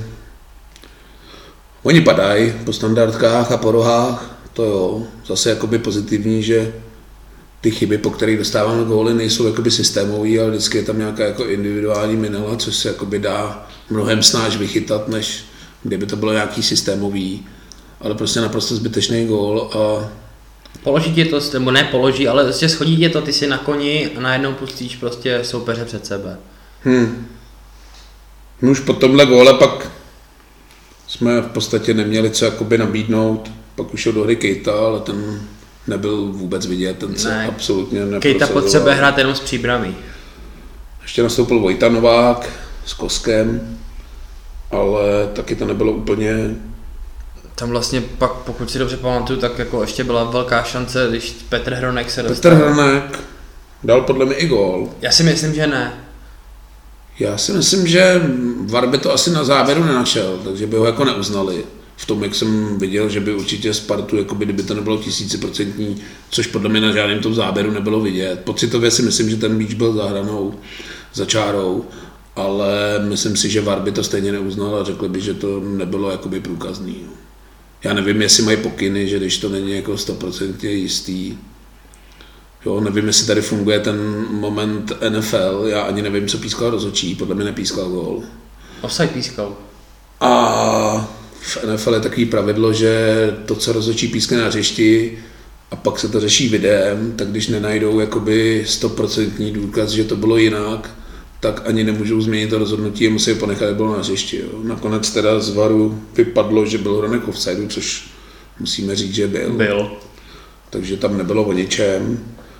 oni padají po standardkách a po rohách, to jo, zase jakoby pozitivní, že ty chyby, po kterých dostáváme góly, nejsou jakoby systémový, ale vždycky je tam nějaká jako individuální minela, což se jakoby dá mnohem snáž vychytat, než kdyby to bylo nějaký systémový, ale prostě naprosto zbytečný gól a... Položí tě to, nebo ne položí, ale prostě schodí tě to, ty si na koni a najednou pustíš prostě soupeře před sebe. Hmm. No už po tomhle góle pak jsme v podstatě neměli co jakoby nabídnout, pak už šel do hry Kejta, ale ten nebyl vůbec vidět, ten se ne. absolutně neprosazoval. Kejta potřebuje hrát jenom s příbrami. Ještě nastoupil Vojta Novák s Koskem, ale taky to nebylo úplně... Tam vlastně pak, pokud si dobře pamatuju, tak jako ještě byla velká šance, když Petr Hronek se dostal. Petr Hronek dal podle mě i gól. Já si myslím, že ne. Já si myslím, že V A R by to asi na závěru nenašel, takže by ho jako neuznali. V tom, jak jsem viděl, že by určitě Spartu, jakoby, kdyby to nebylo tisíciprocentní, což podle mě na žádném tom záběru nebylo vidět. Pocitově si myslím, že ten míč byl za hranou, za čárou, ale myslím si, že V A R by to stejně neuznal a řekli by, že to nebylo jakoby průkazný. Já nevím, jestli mají pokyny, že když to není jako stoprocentně jistý. Jo, nevím, jestli tady funguje ten moment N F L, já ani nevím, co pískal rozhodčí, podle mě nepískal gól. Offside pískal. A v N F L je takový pravidlo, že to, co rozhodčí pískne na hřišti a pak se to řeší videem, tak když nenajdou jakoby stoprocentní důkaz, že to bylo jinak, tak ani nemůžou změnit to rozhodnutí a musí ponechat, že bylo na hřišti. Jo. Nakonec teda z V A R vypadlo, že byl Hronek offsideu, což musíme říct, že byl. Byl. Takže tam nebylo o ničem.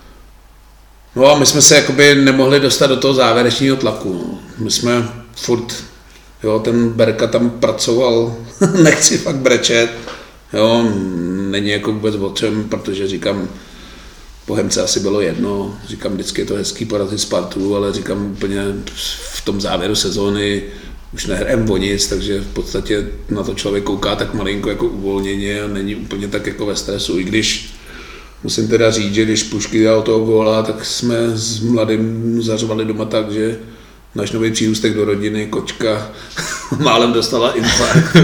No a my jsme se jakoby nemohli dostat do toho závěrečného tlaku. No. My jsme furt, jo, ten Berka tam pracoval, nechci fakt brečet, jo, není jako vůbec o čem, protože říkám, Bohemce asi bylo jedno, říkám, vždycky je to hezký porazit Spartu, ale říkám úplně v tom závěru sezóny už nehrajem o nic, takže v podstatě na to člověk kouká tak malinko jako uvolněně a není úplně tak jako ve stresu, i když musím teda říct, že když Pušky dal toho góla, tak jsme s mladým zařvali doma tak, že náš nový přírůstek do rodiny, kočka, málem dostala infarkt.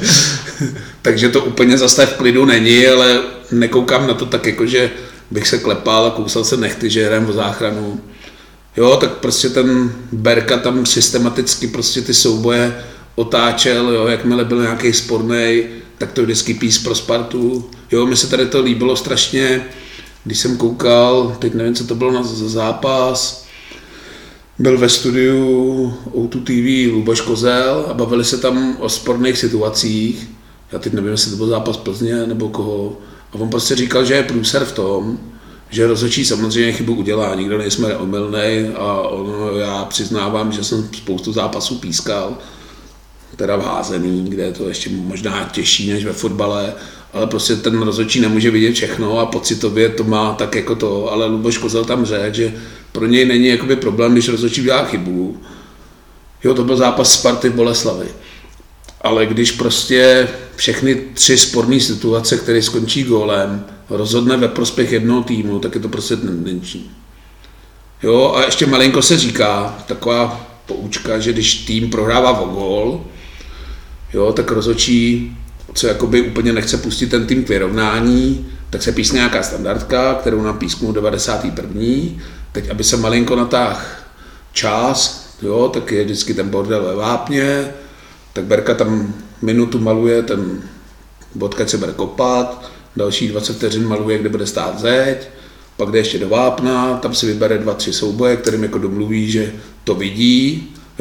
Takže to úplně zase tak v klidu není, ale nekoukám na to tak jako, že bych se klepal a kousal se nechty, že hrám o záchranu. Jo, tak prostě ten Berka tam systematicky prostě ty souboje otáčel, jo, jakmile byl nějaký spornej, tak to vždycky pís pro Spartu. Jo, mi se tady to líbilo strašně, když jsem koukal, teď nevím, co to bylo na zápas, byl ve studiu O dva T V Luboš Kozel a bavili se tam o sporných situacích. Já teď nevím, jestli to byl zápas Plzně nebo koho. A on prostě říkal, že je průser v tom, že rozhodčí samozřejmě chybu udělá, nikdo nejsme neomylnej a ono, já přiznávám, že jsem spoustu zápasů pískal, teda v házený, kde je to ještě možná těžší než ve fotbale, ale prostě ten rozhodčí nemůže vidět všechno a pocitově to má tak jako to, ale Luboš Kozel tam řekl, že pro něj není jakoby problém, když rozhodčí udělá chybu. Jo, to byl zápas Sparty Boleslavy. Ale když prostě všechny tři sporné situace, které skončí gólem, rozhodne ve prospěch jednoho týmu, tak je to prostě tendenční. Jo, a ještě malinko se říká, taková poučka, že když tým prohrává o gól, jo, tak rozhodčí, co jakoby úplně nechce pustit ten tým k vyrovnání, tak se pískne nějaká standardka, kterou nám písknou devadesátý první Teď, aby se malinko natáhl čas, jo, tak je vždycky ten bordel ve vápně, tak Berka tam minutu maluje ten bod, keď se bude kopat, další dvacet vteřin maluje, kde bude stát zeď, pak jde ještě do vápna, tam si vybere dva, tři souboje, kterým jako domluví, že to vidí,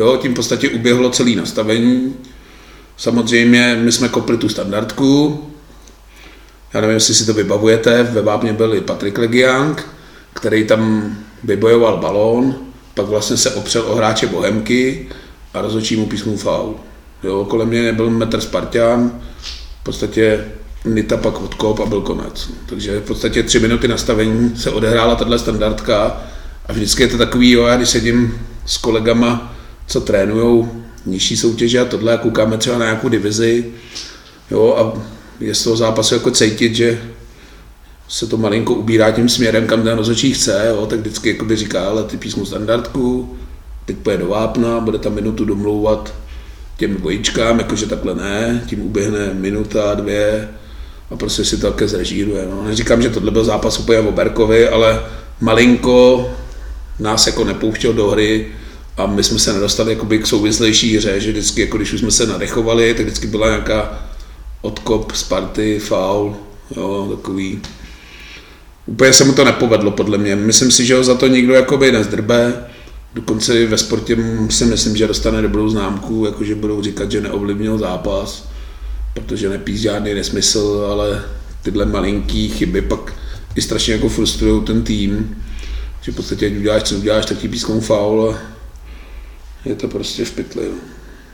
Jo, tím v podstatě uběhlo celé nastavení. Samozřejmě my jsme kopli tu standardku. Já nevím, jestli si to vybavujete, ve Vápně byl i Patrik Legiang, který tam vybojoval balón, pak vlastně se opřel o hráče Bohemky a rozhodčí mu písknul faul. Jo, kolem mě nebyl metr Spartan, v podstatě Nita pak odkop a byl konec. Takže v podstatě tři minuty nastavení se odehrála tahle standardka a vždycky je to takový, jo, já když sedím s kolegama, co trénujou nižší soutěže a tohle a koukáme třeba na nějakou divizi, jo, a je z toho zápasu jako cítit, že se to malinko ubírá tím směrem, kam ten rozhodčí chce, jo, tak vždycky jakoby říká, ale ty písmu standardku, teď pojede do Vápna, bude tam minutu domlouvat těm dvojičkám, jakože takhle ne, tím uběhne minuta, dvě a prostě si to také zrežíruje. No. Neříkám, že tohle byl zápas úplně o Berkovi, ale malinko nás jako nepouštěl do hry a my jsme se nedostali jakoby k souvislejší hře, že vždycky, jako když už jsme se nadechovali, tak vždycky byla nějaká odkop Sparty, faul, jo, takový. Úplně se mu to nepovedlo podle mě. Myslím si, že ho za to nikdo jakoby nezdrbe. Dokonce ve sportě si myslím, že dostane dobrou známku, jakože budou říkat, že neovlivnil zápas, protože nepíš žádný nesmysl, ale tyhle malinký chyby pak i strašně jako frustrují ten tým, že v podstatě ať uděláš, co uděláš, tak ti písknou faul a je to prostě v pytli. No.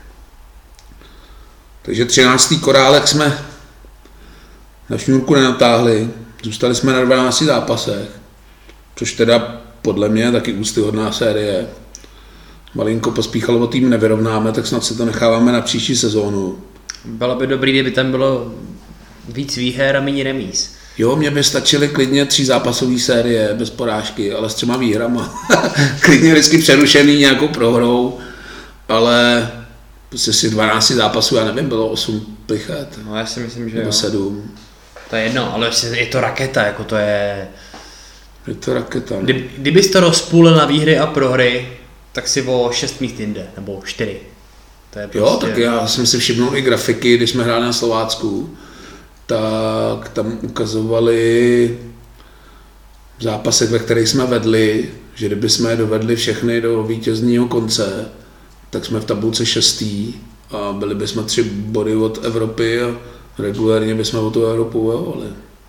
Takže třináctý korálek jsme na šňůrku nenatáhli, zůstali jsme na dvanácti zápasech, což teda podle mě taky úctyhodná série. Malinko pospíchalo o tým nevyrovnáme, tak snad si to necháváme na příští sezónu. Bylo by dobrý, kdyby tam bylo víc výher a méně remíz. Jo, mě by stačily klidně tří zápasové série bez porážky, ale s třema výhrama. Klidně vždycky přerušený nějakou prohrou, ale prostě si dvanáct zápasů, já nevím, bylo osm plichet. No já si myslím, že nebo jo. sedm. To je jedno, ale je to raketa, jako to je... Je to raketa, no. Kdy, kdybys to rozpůlil na výhry a prohry, tak si o šest míst jinde, nebo čtyři. To je prostě... Jo, tak já jsem si všimnul i grafiky, když jsme hráli na Slovácku, tak tam ukazovali v zápasech, ve kterých jsme vedli, že kdyby jsme je dovedli všechny do vítězního konce, tak jsme v tabulce šestý a byli bychom tři body od Evropy a regulérně bychom o tu Evropu bojovali.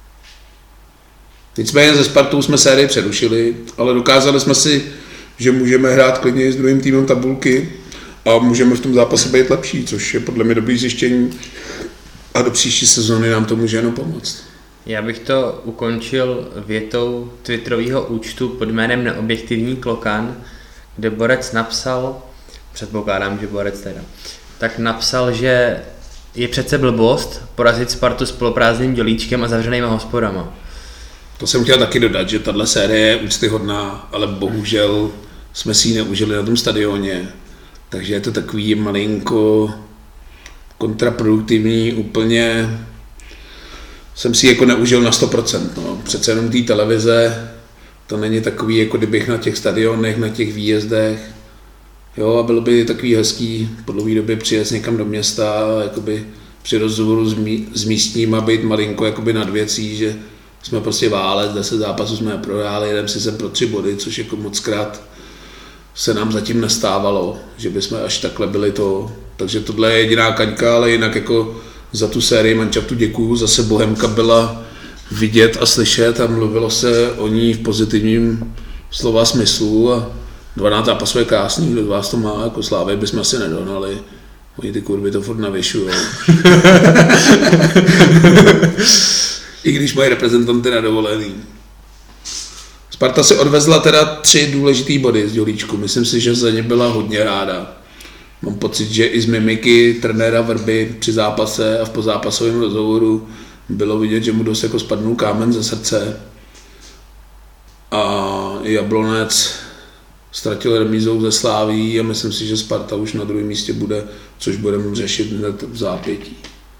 Nicméně ze Spartou jsme sérii přerušili, ale dokázali jsme si, že můžeme hrát klidně i s druhým týmem tabulky a můžeme v tom zápase být lepší, což je podle mě dobrý zjištění a do příští sezóny nám to může jenom pomoct. Já bych to ukončil větou twitterového účtu pod jménem Neobjektivní klokan, kde Borec napsal, předpokládám, že Borec teda, tak napsal, že je přece blbost porazit Spartu s poloprázdným dělíčkem a zavřenýma hospodama. To jsem chtěl taky dodat, že tahle série je úctyhodná, ale bohužel jsme si ji neužili na tom stadioně, takže je to takový malinko kontraproduktivní, úplně jsem si jako neužil na sto procent. No. Přece jenom té televize, to není takový, jako kdybych na těch stadionech, na těch výjezdech. Jo, a bylo by takový hezký po dlouhé době přijet někam do města a jakoby při rozhovoru s, mí, s místníma být malinko jakoby nad věcí, že jsme prostě válec, deset zápasů jsme prohráli, jedeme si sem pro tři body, což jako mockrát se nám zatím nestávalo, že bychom až takhle byli to. Takže tohle je jediná kaňka, ale jinak jako za tu sérii manšaftu děkuju. Zase Bohemka byla vidět a slyšet a mluvilo se o ní v pozitivním slova smyslu a dvanáct zápasů je krásný, kdo z vás to má, jako Slávy bychom asi nedohnali. Oni ty kurvy to furt navyšují. I když mají reprezentanty na dovolený. Sparta si odvezla teda tři důležitý body z dělíčku. Myslím si, že za ně byla hodně ráda. Mám pocit, že i z mimiky trenéra Vrby při zápase a v pozápasovém rozhovoru bylo vidět, že mu dost jako spadnul kámen ze srdce. A Jablonec ztratil remízou ze Sláví a myslím si, že Sparta už na druhém místě bude, což budeme řešit hned v zápětí.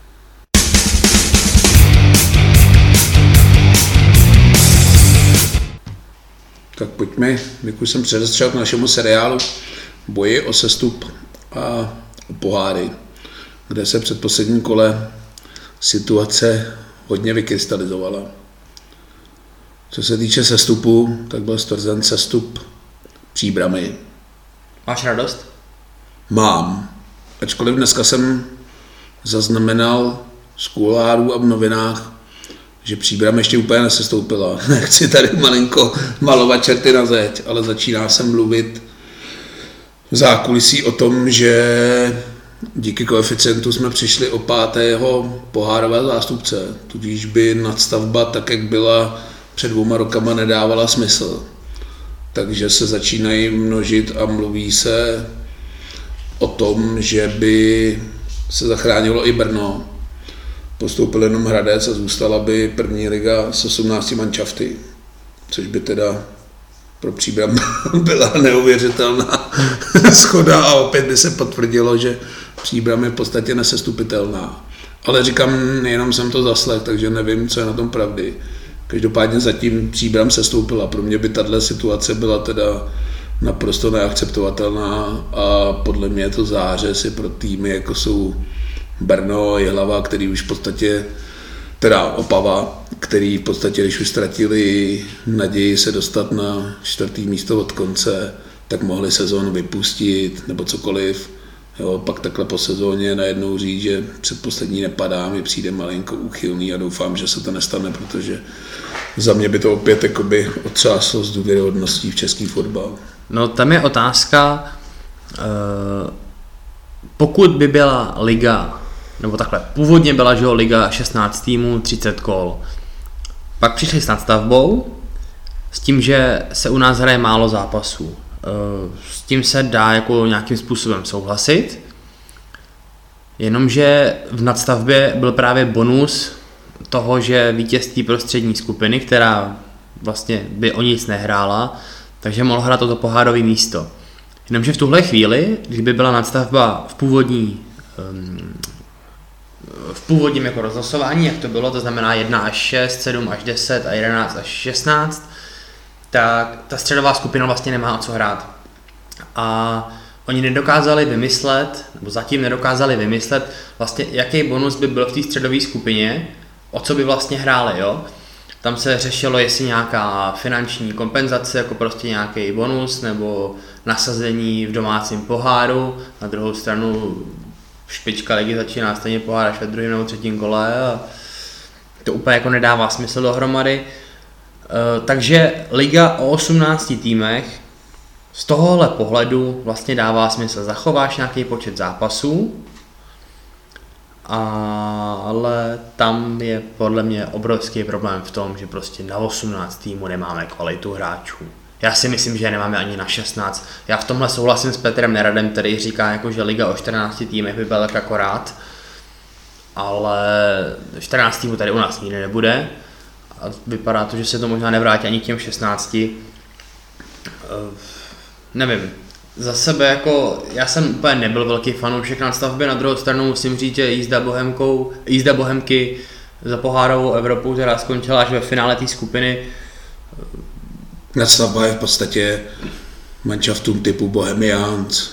Tak pojďme, jak už jsem předestřel k našemu seriálu Boji o sestup a o poháry, kde se před posledním kole situace hodně vykrystalizovala. Co se týče sestupu, tak byl stvrzen sestup Příbrami. Máš radost? Mám. Ačkoliv dneska jsem zaznamenal z kuloárů a v novinách, že Příbram ještě úplně nesestoupila. Nechci tady malinko malovat čerty na zeď, ale začíná se mluvit v zákulisí o tom, že díky koeficientu jsme přišli o pátého pohárové zástupce, tudíž by nadstavba, tak jak byla před dvouma rokama, nedávala smysl. Takže se začínají množit a mluví se o tom, že by se zachránilo i Brno. Postoupil jenom Hradec a zůstala by první liga s osmnácti manšafty, což by teda pro Příbram byla neuvěřitelná schoda a opět by se potvrdilo, že Příbram je v podstatě nesestupitelná. Ale říkám, jenom jsem to zaslech, takže nevím, co je na tom pravdy. Každopádně zatím Příbram sestoupila. Pro mě by tato situace byla teda naprosto neakceptovatelná a podle mě je to zářez i pro týmy, jako jsou Brno, Jihlava, který už v podstatě, teda Opava, který v podstatě, když už ztratili naději se dostat na čtvrtý místo od konce, tak mohli sezónu vypustit nebo cokoliv. Jo, pak takhle po sezóně najednou říct, že předposlední nepadá, mi přijde malinko úchylný a doufám, že se to nestane, protože za mě by to opět jakoby otřáslo s důvěryhodností v český fotbal. No tam je otázka, pokud by byla liga, nebo takhle, původně byla, že jo, liga šestnáct týmů, třicet kol, pak přišli s nadstavbou, s tím, že se u nás hraje málo zápasů. S tím se dá jako nějakým způsobem souhlasit, jenomže v nadstavbě byl právě bonus toho, že vítězství prostřední skupiny, která vlastně by o nic nehrála, takže mohl hrát toto pohárové místo. Jenomže v tuhle chvíli, kdyby byla nadstavba v původní v původním jako rozhlasování, jak to bylo, to znamená jedna až šest, sedm až deset a jedenáct až šestnáct, tak ta středová skupina vlastně nemá o co hrát. A oni nedokázali vymyslet, nebo zatím nedokázali vymyslet, vlastně jaký bonus by byl v té středové skupině, o co by vlastně hráli, jo. Tam se řešilo, jestli nějaká finanční kompenzace, jako prostě nějaký bonus, nebo nasazení v domácím poháru. Na druhou stranu špička ligy začíná stejně pohár až ve druhém nebo třetím kole a to úplně jako nedává smysl dohromady. Takže liga o osmnácti týmech z tohohle pohledu vlastně dává smysl. Zachováš nějaký počet zápasů, ale tam je podle mě obrovský problém v tom, že prostě na osmnáct týmů nemáme kvalitu hráčů. Já si myslím, že nemáme ani na šestnáct. Já v tomhle souhlasím s Petrem Neradem, který říká, jako, že liga o čtrnácti týmech by byla tak akorát, ale čtrnáct týmů tady u nás nikdy nebude. A vypadá to, že se to možná nevrátí ani k těm šestnácti. Uh, nevím, za sebe jako, já jsem úplně nebyl velký fanoušek nadstavby, na druhou stranu musím říct, že jízda, Bohemkou, jízda Bohemky za pohárovou Evropu, která skončila až ve finále té skupiny. Nadstavba je v podstatě manšaftům typu Bohemians,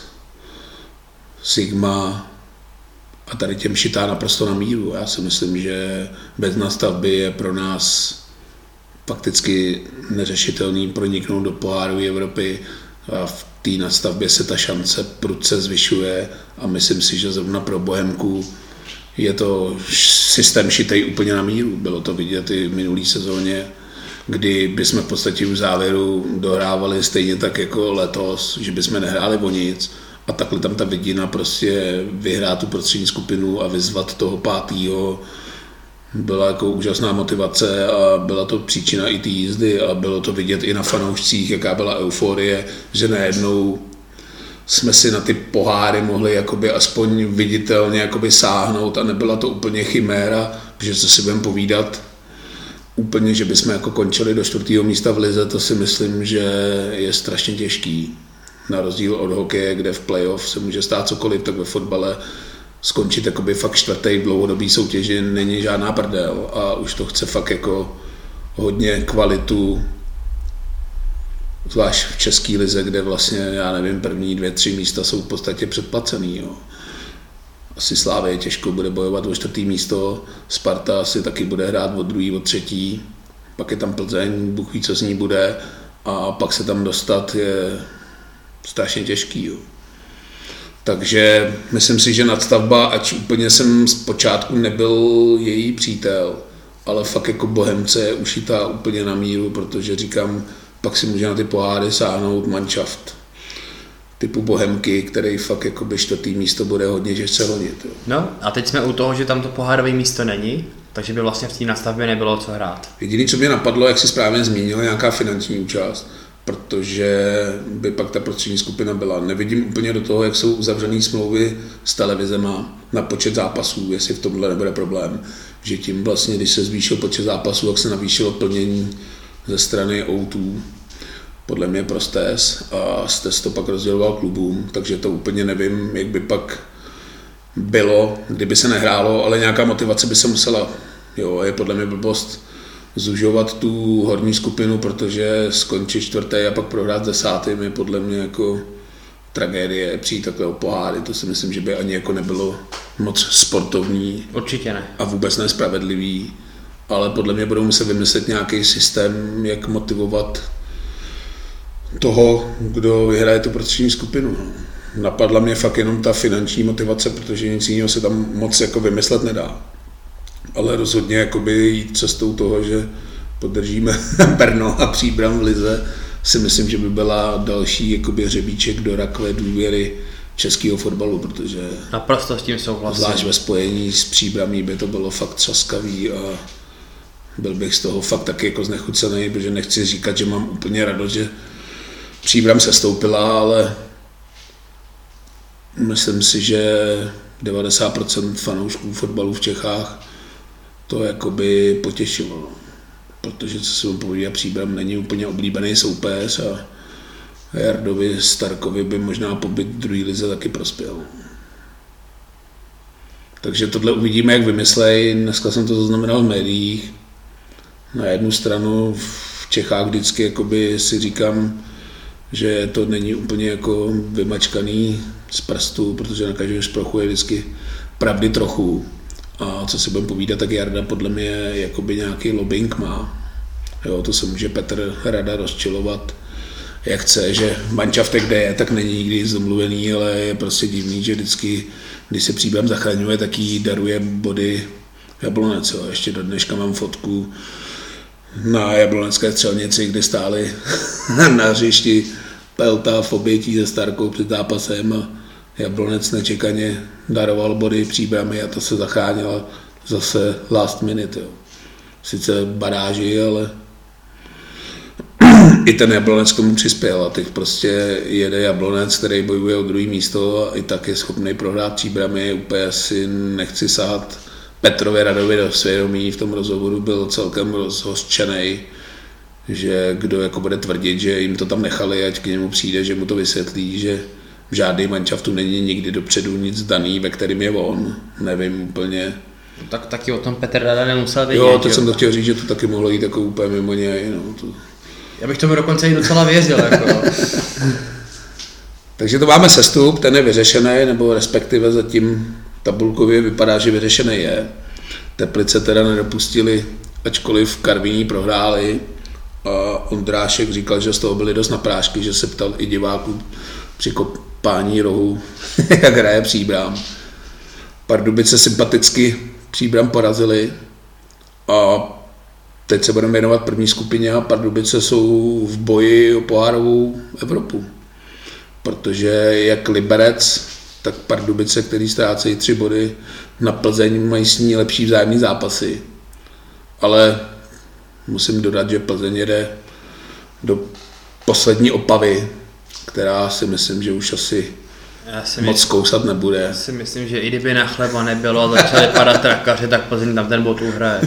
Sigma a tady těm šitá naprosto na míru. Já si myslím, že bez nadstavby je pro nás fakticky neřešitelný proniknout do pohárové Evropy a v té nadstavbě se ta šance prudce zvyšuje a myslím si, že zrovna pro Bohemku je to systém šitej úplně na míru. Bylo to vidět i v minulý sezóně, kdy bychom v podstatě v závěru dohrávali stejně tak jako letos, že bychom nehráli o nic a takhle tam ta vidina prostě vyhrát tu prostřední skupinu a vyzvat toho pátýho byla jako úžasná motivace a byla to příčina i té jízdy a bylo to vidět i na fanoušcích, jaká byla euforie, že najednou jsme si na ty poháry mohli jakoby aspoň viditelně jakoby sáhnout a nebyla to úplně chiméra, protože co si budeme povídat, úplně, že bychom jako končili do čtvrtého místa v lize, to si myslím, že je strašně těžký. Na rozdíl od hokeje, kde v playoff se může stát cokoliv, tak ve fotbale skončit jakoby fakt čtvrtý v dlouhodobý soutěži není žádná prdel a už to chce fakt jako hodně kvalitu, zvlášť v české lize, kde vlastně, já nevím, první dvě, tři místa jsou v podstatě předplacený. Jo. Asi Slávě těžko bude bojovat o čtvrtý místo, Sparta si taky bude hrát o druhý, o třetí, pak je tam Plzeň, Bůh ví, co z ní bude a pak se tam dostat je strašně těžký. Jo. Takže myslím si, že nadstavba, ač úplně jsem zpočátku nebyl její přítel, ale fakt jako Bohemce je ušitá úplně na míru, protože říkám, pak si může na ty poháry sáhnout manšaft typu Bohemky, který fakt jako by čtvrtý místo bude hodně těžce honit. Jo. No a teď jsme u toho, že tam to pohárové místo není, takže by vlastně v té nastavbě nebylo co hrát. Jediné, co mě napadlo, jak si správně zmínil, nějaká finanční účast, protože by pak ta prostřední skupina byla. Nevidím úplně do toho, jak jsou uzavřené smlouvy s televizema na počet zápasů, jestli v tomhle nebude problém, že tím vlastně, když se zvýšil počet zápasů, jak se navýšilo plnění ze strany O dva, podle mě pro Stes, a Stes to pak rozděloval klubům, takže to úplně nevím, jak by pak bylo, kdyby se nehrálo, ale nějaká motivace by se musela. Jo, je podle mě blbost zužovat tu horní skupinu, protože skončit čtvrtý a pak prohrát desátým je podle mě jako tragédie, přijít takhle o poháry, to si myslím, že by ani jako nebylo moc sportovní. Určitě ne. A vůbec nespravedlivý, ale podle mě budou muset vymyslet nějaký systém, jak motivovat toho, kdo vyhraje tu prostřední skupinu. Napadla mě fakt jenom ta finanční motivace, protože nic jiného se tam moc jako vymyslet nedá. Ale rozhodně jakoby jít cestou toho, že podržíme Brno a Příbram v lize, si myslím, že by byla další jakoby hřebíček do rakve důvěry českého fotbalu, protože naprosto s tím souhlasím. Zvlášť ve spojení s Příbramí by to bylo fakt třaskavý a byl bych z toho fakt taky jako znechucený, protože nechci říkat, že mám úplně radost, že Příbram se stoupila, ale myslím si, že devadesát procent fanoušků fotbalu v Čechách to jakoby potěšilo, protože co se mu povídá, Příbram není úplně oblíbený soupeř a Jardovi Starkovi by možná pobyt v druhé lize taky prospěl. Takže tohle uvidíme, jak vymyslej. Dneska jsem to zaznamenal v médiích. Na jednu stranu v Čechách vždycky jakoby si říkám, že to není úplně jako vymačkaný z prstu, protože na každém šprochu je vždycky pravdy trochu. A co si budeme povídat, tak Jarda podle mě jakoby nějaký lobbying má. Jo, to se může Petr Rada rozčilovat, jak chce, že manšaftek, kde je, tak není nikdy nic domluvený, ale je prostě divný, že vždycky, když se Příbram zachraňuje, tak jí daruje body Jablonec. Jo. Ještě do dneška mám fotku na jablonecké střelnici, kde stáli na hřišti Pelta v obětí se Starkou před zápasem a Jablonec nečekaně daroval body Příbrami a to se zachránilo zase last minute. Jo. Sice baráži, ale i ten Jablonec k tomu přispěl a teď prostě jede Jablonec, který bojuje o druhé místo a i tak je schopný prohrát Příbrami. Úplně si nechci sahat Petrovi Radovi do svědomí, v tom rozhovoru byl celkem rozhořčený, že kdo jako bude tvrdit, že jim to tam nechali, ať k němu přijde, že mu to vysvětlí, že v žádném manšaftu není nikdy dopředu nic daný, ve kterým je on. Nevím úplně. Tak taky o tom Petr Rada nemusel vědět. Jo, teď jsem to chtěl říct, že to taky mohlo jít jako úplně mimo něj. No, to... Já bych tomu dokonce i docela věřil. Jako. Takže to máme sestup, ten je vyřešený, nebo respektive zatím tabulkově vypadá, že vyřešený je. Teplice teda nedopustili, ačkoliv Karviní prohráli. A Ondrášek říkal, že z toho byli dost na prášky, že se ptal i diváků při kopání rohu, jak hraje Příbram. Pardubice sympaticky Příbram porazili a teď se budeme věnovat první skupině a Pardubice jsou v boji o pohárovou Evropu. Protože jak Liberec, tak Pardubice, který ztrácejí tři body na Plzeň, mají s ní lepší vzájemný zápasy. Ale musím dodat, že Plzeň jede do poslední Opavy, která si myslím, že už asi moc zkousat nebude. Já si myslím, že i kdyby na chleba nebylo a začali padat trakaři, tak Plzeň tam ten bod uhraje.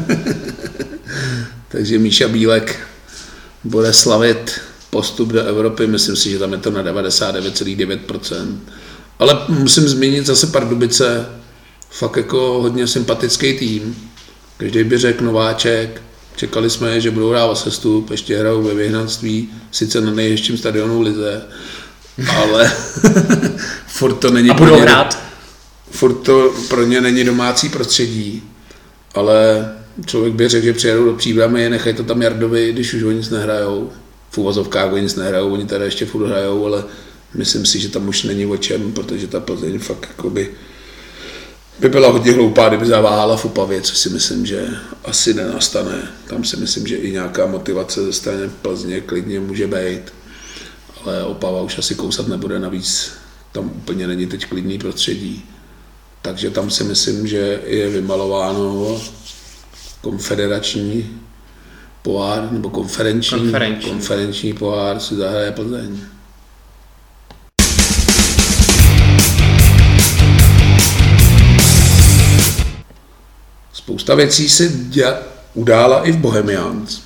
Takže Míša Bílek bude slavit postup do Evropy, myslím si, že tam je to na devadesát devět celá devět procent. Ale musím zmínit zase Pardubice, fakt jako hodně sympatický tým. Každý by řekl nováček, čekali jsme, že budou dávat sestup, ještě hrajou ve vyhnanství, sice na nejhezčím stadionu v lize, ale furt to není a budou pro ně, hrát. Furt to pro ně není domácí prostředí, ale člověk by řekl, že přijedou do Příbramy, nechají to tam Jardovi, když už oni nic nehrajou. V uvozovkách oni nic nehrajou, oni tady ještě furt hrajou, ale myslím si, že tam už není o čem, protože ta Plzeň fakt jakoby by byla hodně hloupá, kdyby zaváhala v Opavě, což si myslím, že asi nenastane. Tam si myslím, že i nějaká motivace ze strany Plzně klidně může být, ale Opava už asi kousat nebude, navíc tam úplně není teď klidný prostředí. Takže tam si myslím, že je vymalováno konfederační pohár, nebo konferenční, konferenční. konferenční pohár si zahraje Plzeň. Spousta věcí se děla, udála i v Bohemians.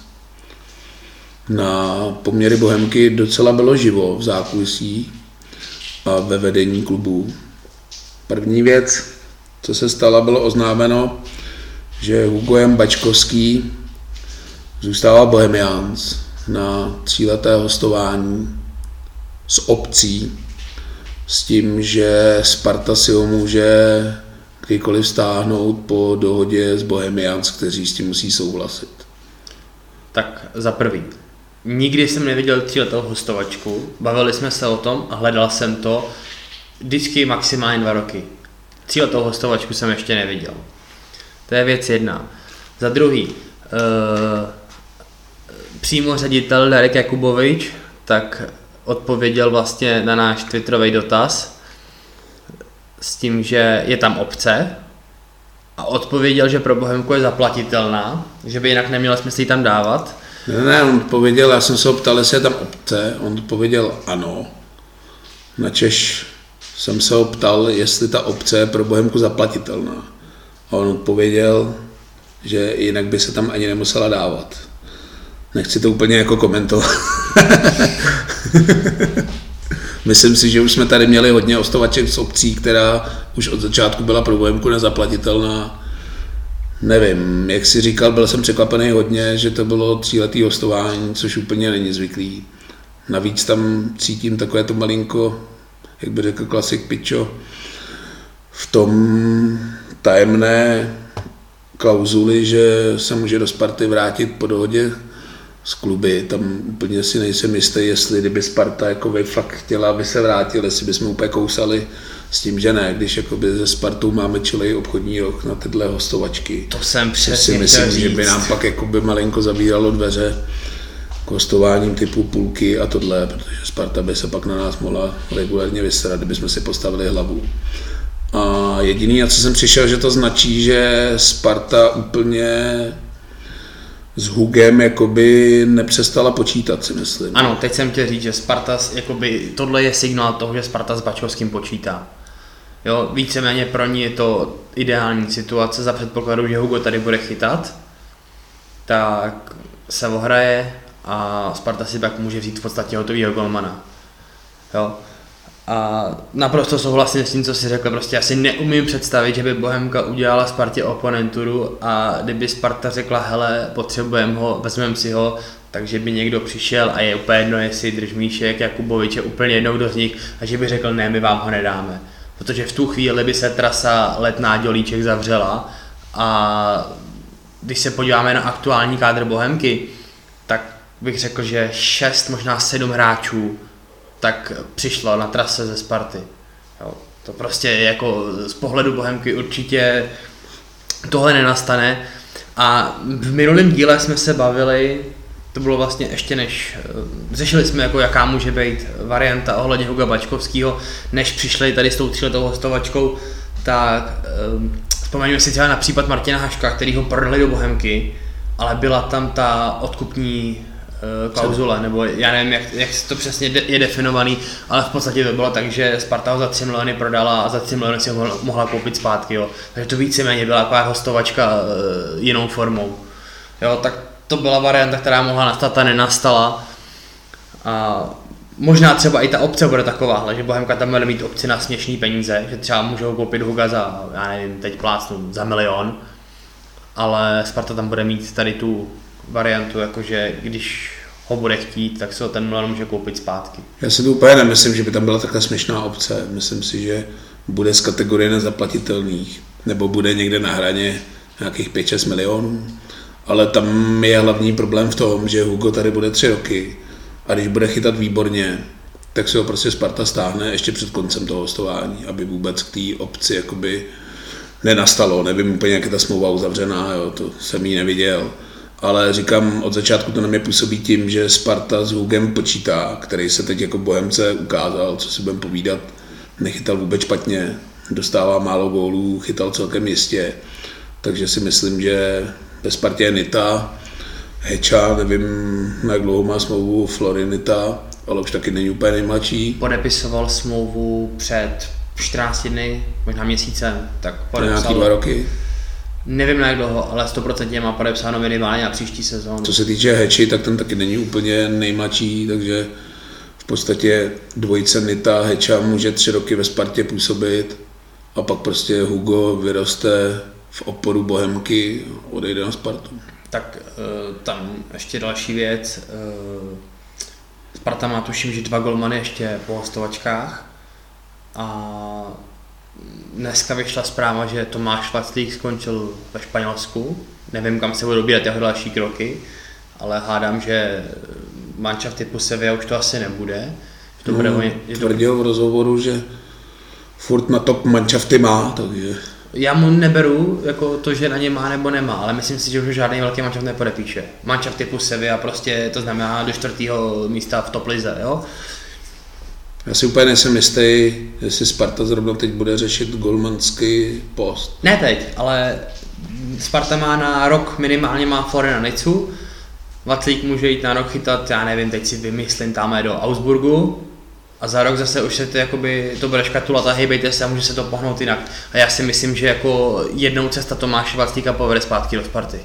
Na poměry Bohemky docela bylo živo v zákulisí a ve vedení klubu. První věc, co se stala, bylo oznámeno, že Hugo Jan Bačkovský zůstává Bohemians na tříleté hostování s opcí, s tím, že Sparta si ho může kdykoliv stáhnout po dohodě s Bohemians, kteří s tím musí souhlasit. Tak za prvý, nikdy jsem neviděl tříletou hostovačku, bavili jsme se o tom a hledal jsem to vždycky maximálně dva roky. Tříletou hostovačku jsem ještě neviděl. To je věc jedna. Za druhý, uh, přímo ředitel Darek Jakubovič tak odpověděl vlastně na náš twitterový dotaz s tím, že je tam opce a odpověděl, že pro Bohemku je zaplatitelná, že by jinak nemělo smysl ji tam dávat. Ne, ne, on odpověděl, já jsem se ho ptal, jestli je tam opce, on odpověděl ano. Načež jsem se ho ptal, jestli ta opce je pro Bohemku zaplatitelná. A on odpověděl, že jinak by se tam ani nemusela dávat. Nechci to úplně jako komentovat. Myslím si, že už jsme tady měli hodně hostovaček s opcí, která už od začátku byla pro Bohemku nezaplatitelná. Nevím, jak si říkal, byl jsem překvapený hodně, že to bylo tříletý hostování, což úplně není zvyklý. Navíc tam cítím takové to malinko, jak by řekl klasik Pičo, v tom tajemné klauzuli, že se může do Sparty vrátit po dohodě z kluby. Tam úplně si nejsem jistý, jestli kdyby Sparta jako by fakt chtěla, aby se vrátil, jestli bychom úplně kousali s tím, že ne, když jakoby ze Spartou máme čilej obchodní rok na tyhle hostovačky. To jsem přesně si myslím, že by nám pak jakoby malinko zavíralo dveře k hostováním typu půlky a tohle, protože Sparta by se pak na nás mohla regulárně vysrat, kdybychom si postavili hlavu. A jediný, na co jsem přišel, že to značí, že Sparta úplně s Hugem jakoby nepřestala počítat, si myslím. Ano, teď jsem chtěl říct, že Sparta, jakoby, tohle je signál toho, že Sparta s Bačkovským počítá. Jo, víceméně pro ní je to ideální situace za předpokladu, že Hugo tady bude chytat, tak se ohraje a Sparta si pak může vzít v podstatě hotovýho golmana. Jo. A naprosto souhlasím s tím, co jsi řekl, prostě asi neumím představit, že by Bohemka udělala Spartě oponenturu a kdyby Sparta řekla, hele, potřebujeme ho, vezmeme si ho, takže by někdo přišel a je úplně jedno, jestli Držmíšek, Jakubovič, je úplně jedno, kdo z nich, a že by řekl, ne, my vám ho nedáme. Protože v tu chvíli by se trasa Letná Dělíček zavřela a když se podíváme na aktuální kádr Bohemky, tak bych řekl, že šest, možná sedm hráčů tak přišlo na trase ze Sparty. Jo, to prostě jako z pohledu Bohemky určitě tohle nenastane. A v minulém díle jsme se bavili, to bylo vlastně ještě než, řešili jsme jako jaká může být varianta ohledně Huga Bačkovského, než přišli tady s tou tříletou hostovačkou, tak um, vzpomeňme si třeba na případ Martina Haška, který ho prodali do Bohemky, ale byla tam ta odkupní klauzule, nebo já nevím, jak, jak to přesně je definovaný, ale v podstatě to bylo tak, že Sparta ho za tři miliony prodala a za tři miliony si ho mohla koupit zpátky, jo. Takže to víceméně byla taková hostovačka uh, jinou formou. Jo, tak to byla varianta, která mohla nastat a nenastala. A možná třeba i ta opce bude takováhle, že Bohemka tam bude mít opci na směšný peníze, že třeba můžou koupit Huga za, já nevím, teď plácnu, za milion, ale Sparta tam bude mít tady tu variantu, jakože když ho bude chtít, tak se ho ten milion může koupit zpátky. Já si to úplně nemyslím, že by tam byla takhle směšná opce. Myslím si, že bude z kategorie nezaplatitelných, nebo bude někde na hraně nějakých pět šest milionů. Ale tam je hlavní problém v tom, že Hugo tady bude tři roky a když bude chytat výborně, tak si ho prostě Sparta stáhne ještě před koncem toho hostování, aby vůbec k té obci jakoby nenastalo. Nevím úplně, jak je ta smlouva uzavřená, jo, to jsem ji neviděl. Ale říkám, od začátku to na mě působí tím, že Sparta s Hugem počítá, který se teď jako Bohemce ukázal, co si budeme povídat, nechytal vůbec špatně, dostává málo gólů, chytal celkem jistě. Takže si myslím, že ve Spartě je Nita, Heča, nevím, na jak dlouho má smlouvu Florinita, ale už taky není úplně nejmladší. Podepisoval smlouvu před čtrnácti dny, možná měsícem, tak podepsal. Nějaký dva roky. Nevím na jak dlouho, ale sto procent má podepsáno minimálně na příští sezónu. Co se týče Heči, tak ten taky není úplně nejmladší, takže v podstatě dvojice Nita, Heča může tři roky ve Spartě působit a pak prostě Hugo vyroste v oporu Bohemky, odejde na Spartu. Tak tam ještě další věc. Sparta má tuším, že dva golmany ještě po hostovačkách a dneska vyšla zpráva, že Tomáš Vaclík skončil ve Španělsku. Nevím, kam se budou bírat jeho další kroky, ale hádám, že mančaft typu Sevilla už to asi nebude. Že to no, bude oni, tvrdil v rozhovoru, že furt na top mančafty má, takže... Já mu neberu jako to, že na ně má nebo nemá, ale myslím si, že už žádný velký mančaft nepodepíše. Mančaft typu Sevilla prostě to znamená do čtvrtého místa v top lize, jo? Já si úplně nejsem jistý, jestli Sparta zrovna teď bude řešit golmanský post. Ne teď, ale Sparta má na rok minimálně má Florina Nicu, Vaclík může jít na rok chytat, já nevím, teď si vymyslím tam do Augsburgu a za rok zase už se to, jakoby, to bude škatulat a hejbejte se a může se to pohnout jinak. A já si myslím, že jako jednou cesta Tomáše Vaclíka povede zpátky do Sparty.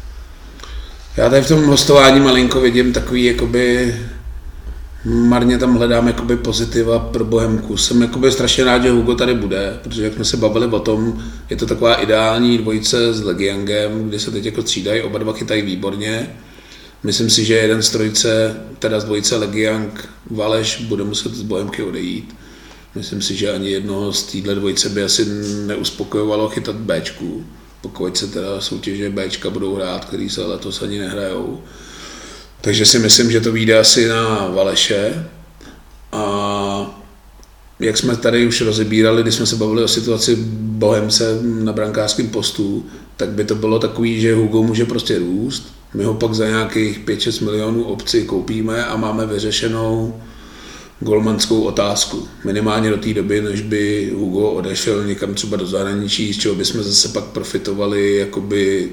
Já tady v tom hostování malinko vidím takový jakoby... Marně tam hledám jakoby pozitiva pro Bohemku. Jsem jakoby strašně rád, že Hugo tady bude, protože jak jsme se bavili o tom, je to taková ideální dvojice s Legiangem, kdy se teď jako střídají, oba dva chytají výborně. Myslím si, že jeden z trojice, teda z dvojice Legiang, Valeš bude muset z Bohemky odejít. Myslím si, že ani jednoho z téhle dvojice by asi neuspokojovalo chytat Bčku, pokud se teda soutěže Bčka budou hrát, který se letos ani nehrajou. Takže si myslím, že to vyjde asi na Valeše a jak jsme tady už rozebírali, když jsme se bavili o situaci Bohemce na brankářském postu, tak by to bylo takový, že Hugo může prostě růst, my ho pak za nějakých pět šest milionů obci koupíme a máme vyřešenou golmanskou otázku. Minimálně do té doby, než by Hugo odešel někam třeba do zahraničí, z čeho bychom zase pak profitovali jakoby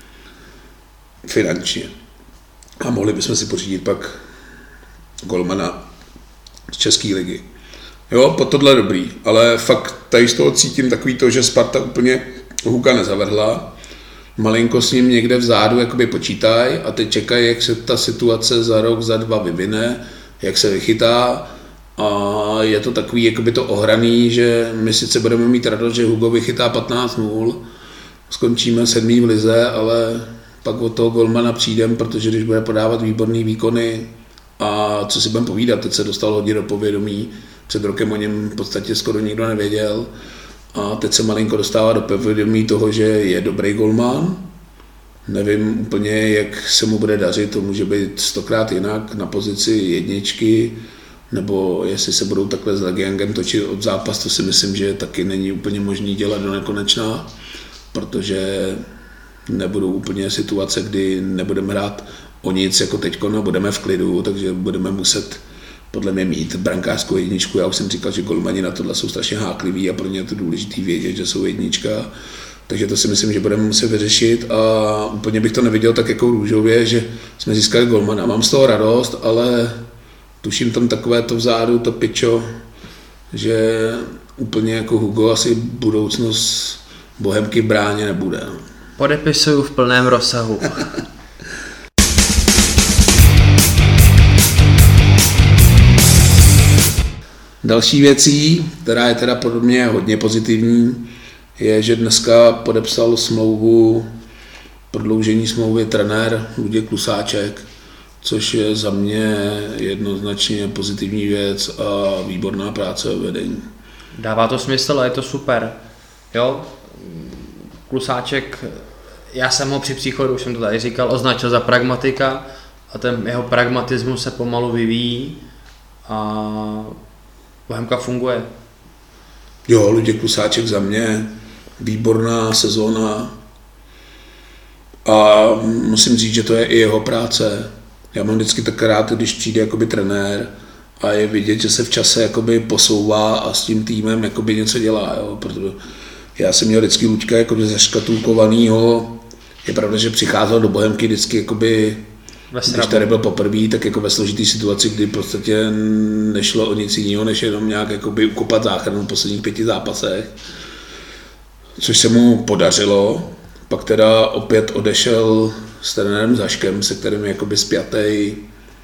finančně. A mohli bychom si pořídit pak golmana z České ligy. Jo, po tohle dobrý, ale fakt tady z toho cítím takový to, že Sparta úplně Huka nezavrhla, malinko s ním někde vzadu jakoby počítají a teď čekají, jak se ta situace za rok, za dva vyvine, jak se vychytá a je to takový jakoby to ohraný, že my sice budeme mít radost, že Hugo vychytá patnáct nul, skončíme sedmý v lize, ale pak od toho golmana přijdem, protože když bude podávat výborný výkony a co si budeme povídat, teď se dostal hodně do povědomí, před rokem o něm v podstatě skoro nikdo nevěděl a teď se malinko dostává do povědomí toho, že je dobrý golman. Nevím úplně, jak se mu bude dařit, to může být stokrát jinak na pozici jedničky, nebo jestli se budou takhle s Legiangem točit od zápas, to si myslím, že taky není úplně možný dělat do nekonečna, protože nebudou úplně situace, kdy nebudeme hrát o nic jako teďko, no budeme v klidu, takže budeme muset podle mě mít brankářskou jedničku. Já už jsem říkal, že golmani na tohle jsou strašně hákliví a pro ně je to důležité vědět, že jsou jednička. Takže to si myslím, že budeme muset vyřešit a úplně bych to neviděl tak jako růžově, že jsme získali golmana. Mám z toho radost, ale tuším tam takové to vzadu, to pičo, že úplně jako Hugo asi budoucnost Bohemky v bráně nebude. Podepisuju v plném rozsahu. Další věcí, která je teda podle mě hodně pozitivní, je, že dneska podepsal smlouvu, prodloužení smlouvy trenér Luděk Klusáček, což je za mě jednoznačně pozitivní věc a výborná práce ve vedení. Dává to smysl a je to super. Jo? Klusáček, já jsem ho při příchodu, už jsem to tady říkal, označil za pragmatika a ten jeho pragmatismus se pomalu vyvíjí a Bohemka funguje. Jo, Luděk Klusáček za mě, výborná sezóna a musím říct, že to je i jeho práce. Já mám vždycky tak rád, když přijde jakoby trenér a je vidět, že se v čase jakoby posouvá a s tím týmem jakoby něco dělá. Jo? Protože já jsem měl vždycky Luďka jakoby zaškatulkovanýho. Je pravda, že přicházel do Bohemky vždycky jakoby, když tady byl poprvé, tak jako ve složitý situaci, kdy v podstatě nešlo o nic jiného, než jenom nějak jakoby ukopat záchranu v posledních pěti zápasech. Což se mu podařilo. Pak teda opět odešel s trenérem Zaškem, se kterým je jakoby spjatej,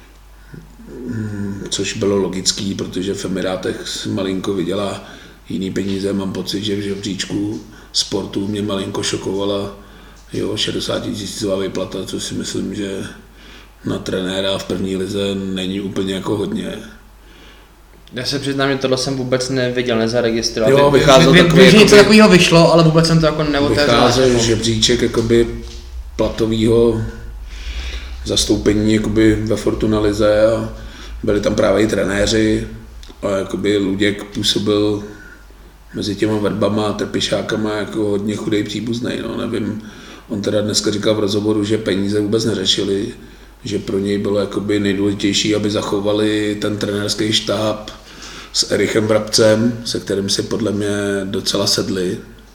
což bylo logický, protože v Emirátech malinko vydělá jiný peníze. Mám pocit, že v žebříčku sportu mě malinko šokovala jo, šedesátitisícová výplata, což si myslím, že na trenéra v první lize není úplně jako hodně. Já se přiznám, že tohle jsem vůbec neviděl, nezaregistroval. Jo, vycházel vy, takový... Vy, něco takového vyšlo, ale vůbec jsem to jako neotevřel. Vycházel žebříček jakoby platového zastoupení jakoby ve Fortuna lize a byli tam právě i trenéři a jakoby Luděk působil mezi těma verbama a trpišákama jako hodně chudej příbuznej, no nevím. On teda dneska říkal v rozhovoru, že peníze vůbec neřešili, že pro něj bylo jakoby nejdůležitější, aby zachovali ten trenérský štáb s Erichem Vrabcem, se kterým si podle mě docela sedli.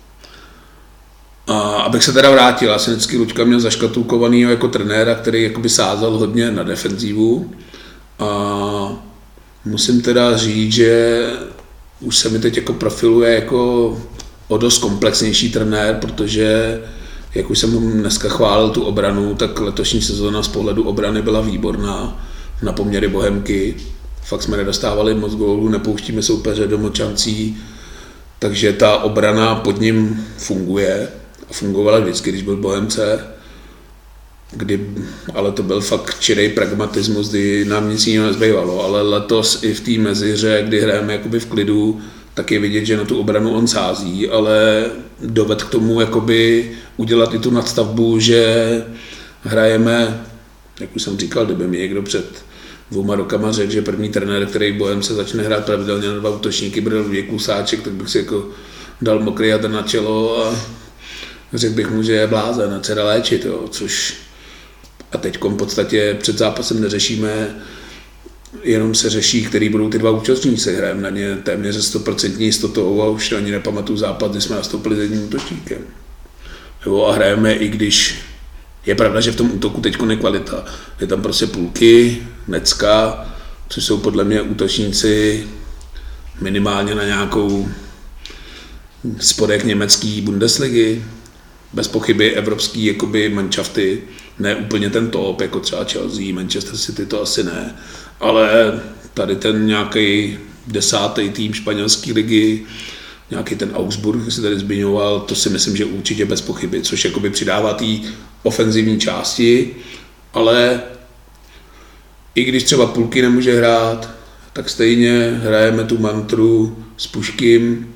A abych se teda vrátil, já jsem vždycky Luďka měl zaškatulkovanýho jako trenéra, který jakoby sázel hodně na defenzivu. A musím teda říct, že už se mi teď jako profiluje jako o dost komplexnější trenér, protože jak už jsem mu dneska chválil tu obranu, tak letošní sezóna z pohledu obrany byla výborná na poměry Bohemky. Fakt jsme nedostávali moc gólů, nepouštíme soupeře do močancí, takže ta obrana pod ním funguje a fungovala vždycky, když byl v Bohemce. Kdy, ale to byl fakt čirej pragmatismus, kdy nám nic jiného nezbývalo, ale letos i v té meziře, kdy hrajeme jakoby v klidu, tak je vidět, že na tu obranu on sází, ale doved k tomu jakoby udělat i tu nadstavbu, že hrajeme, jak už jsem říkal, kdyby mi někdo před dvouma rokama řekl, že první trenér, který v Bohemce začne hrát pravidelně na dva útočníky, bude Luděk Klusáček, tak bych si jako dal mokrý jadr na čelo a řekl bych mu, že je blázen a dcera léčit, jo, což a teď v podstatě před zápasem neřešíme, jenom se řeší, který budou ty dva útočníci. Hrajeme na ně téměř sto procent jistotou a už ani nepamatuju zápas, kdy jsme nastoupili s jedním útočníkem. Jo, a hrajeme, i když je pravda, že v tom útoku teď je kvalita. Je tam prostě Půlky, Necka, což jsou podle mě útočníci minimálně na nějakou spodek německý Bundesligy, bez pochyby evropský jakoby manšafty, ne úplně ten top, jako třeba Chelsea, Manchester City, to asi ne, ale tady ten nějaký desátý tým španělské ligy, nějaký ten Augsburg, jak se tady zmiňoval, to si myslím, že určitě bez pochyby, což jakoby přidává té ofenzivní části, ale i když třeba Půlky nemůže hrát, tak stejně hrajeme tu mantru s Puškým.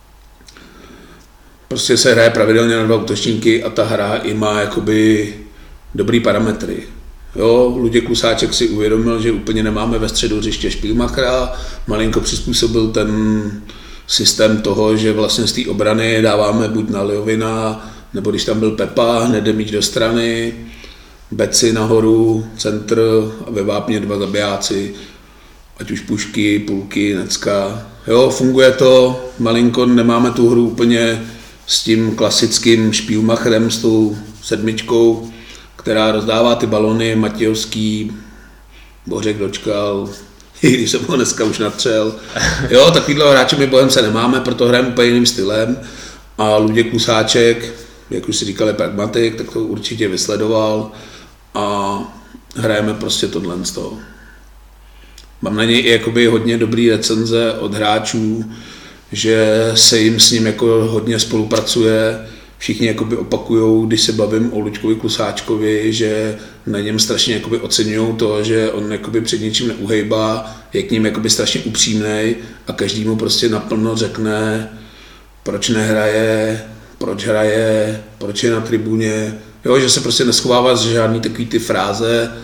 Prostě se hraje pravidelně na dva útočníky a ta hra i má jakoby dobrý parametry. Jo, Luděk Klusáček si uvědomil, že úplně nemáme ve středu hřiště Špílmachera, malinko přizpůsobil ten systém toho, že vlastně z té obrany dáváme buď na Leovina, nebo když tam byl Pepa, hned jde míč do strany, Beci nahoru, centr a ve vápně dva zabijáci, ať už Pušky, Půlky, Necka. Jo, funguje to, malinko nemáme tu hru úplně s tím klasickým Špílmacherem, s tou sedmičkou, která rozdává ty balony, Matějovský, Bořek dočkal, i když jsem ho dneska už natřel. Jo, takovýhle hráče my Bohemce nemáme, proto hrajeme úplně jiným stylem. A Luděk Klusáček, jak už si říkali, pragmatik, tak to určitě vysledoval a hrajeme prostě tohle z toho. Mám na něj i jakoby hodně dobrý recenze od hráčů, že se jim s ním jako hodně spolupracuje. Všichni jakoby opakujou, když se bavím o Luďkovi Klusáčkovi, že na něm strašně jakoby oceňují to, že on jakoby před ničím neuhejbá, je k ním jakoby strašně upřímnej a každý mu prostě naplno řekne, proč nehraje, proč hraje, proč je na tribuně. Jo, že se prostě neschovává z žádný takový ty fráze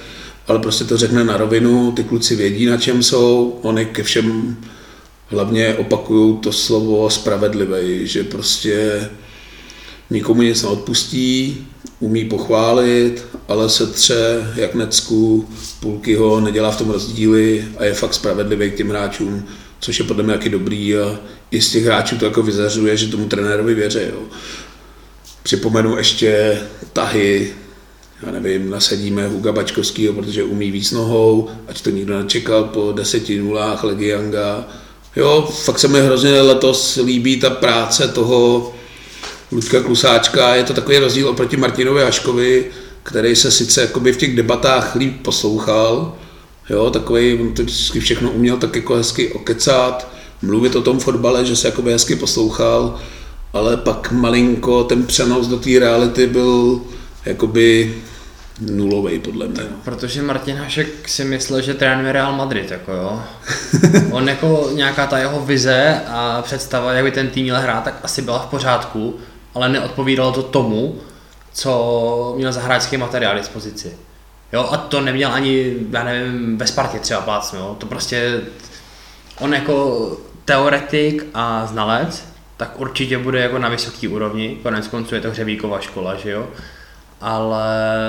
ale prostě to řekne na rovinu, ty kluci vědí, na čem jsou, oni ke všem hlavně opakují to slovo spravedlivý, že prostě nikomu nic neodpustí, umí pochválit, ale se tře jak necku, půlky ho nedělá v tom rozdíly a je fakt spravedlivý k těm hráčům, což je podle mě taky dobrý a i z těch hráčů to jako vyzařuje, že tomu trenérovi věří. Jo. Připomenu ještě tahy, já nevím, nasadíme Huga Bačkovskýho, protože umí víc nohou, ať to nikdo nečekal po deseti nulách Legianga. Jo, fakt se mi hrozně letos líbí ta práce toho Luďka Klusáčka, je to takový rozdíl oproti Martinovi Haškovi, který se sice jakoby v těch debatách líp poslouchal, jo, takový, on to vždycky všechno uměl tak jako hezky okecat, mluvit o tom fotbale, že se jakoby hezky poslouchal, ale pak malinko ten přenos do té reality byl jakoby nulovej podle mě. No. Protože Martin Hašek si myslel, že trénuje Real Madrid, jako jo. On jako nějaká ta jeho vize a představa, jak by ten tým měl hrát, tak asi byla v pořádku, ale neodpovídalo to tomu, co měl za hráčský materiál k dispozici. Jo, a to neměl ani, já nevím, ve Spartě třeba plácnu, jo. To prostě, on jako teoretik a znalec, tak určitě bude jako na vysoký úrovni, konec konců je to Hřebíkova škola, že jo. Ale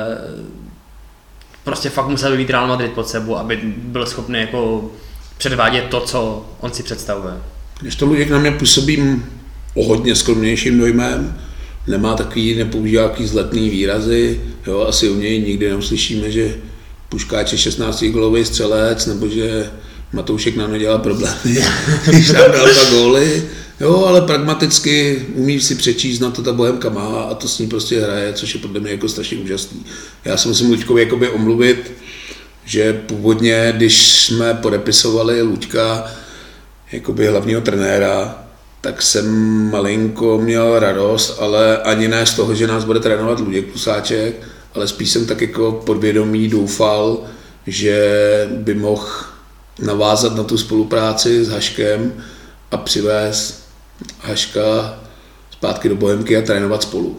prostě fakt musel být Real Madrid pod sebou, aby byl schopný jako předvádět to, co on si představuje. Když to Luděk na mě působí o hodně skromnějším dojmem, nemá takový, nepoužívá takový zletný výrazy, jo, asi u něj nikdy neuslyšíme, že Puškáč je šestnáctigolový střelec, nebo že Matoušek nám nedělal problémy, když nám dal dva góly. Jo, ale pragmaticky umí si přečíst na to ta Bohemka má a to s ní prostě hraje, což je podle mě jako strašně úžasný. Já se musím Luďkovi jakoby omluvit, že původně, když jsme podepisovali Luďka jakoby hlavního trenéra, tak jsem malinko měl radost, ale ani ne z toho, že nás bude trénovat Luděk Klusáček, ale spíš jsem tak jako podvědomí doufal, že by mohl navázat na tu spolupráci s Haškem a přivést Haška zpátky do Bohemky a trénovat spolu.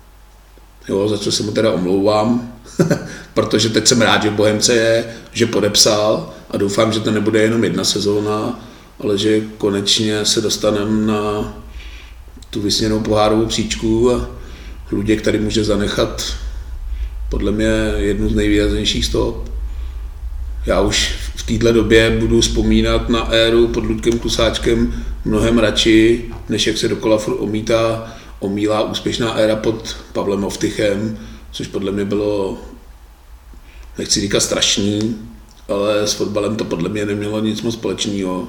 Jo, za co se mu teda omlouvám, protože teď jsem rád, že v Bohemce je, že podepsal a doufám, že to nebude jenom jedna sezóna, ale že konečně se dostaneme na tu vysněnou pohárovou příčku a Luděk tady může zanechat podle mě jednu z nejvýraznějších stop. Já už v této době budu vzpomínat na éru pod Luďkem Klusáčkem mnohem radši, než jak se dokola furt omítá, omílá úspěšná éra pod Pavlem Ovtychem, což podle mě bylo, nechci říkat strašný, ale s fotbalem to podle mě nemělo nic moc společného.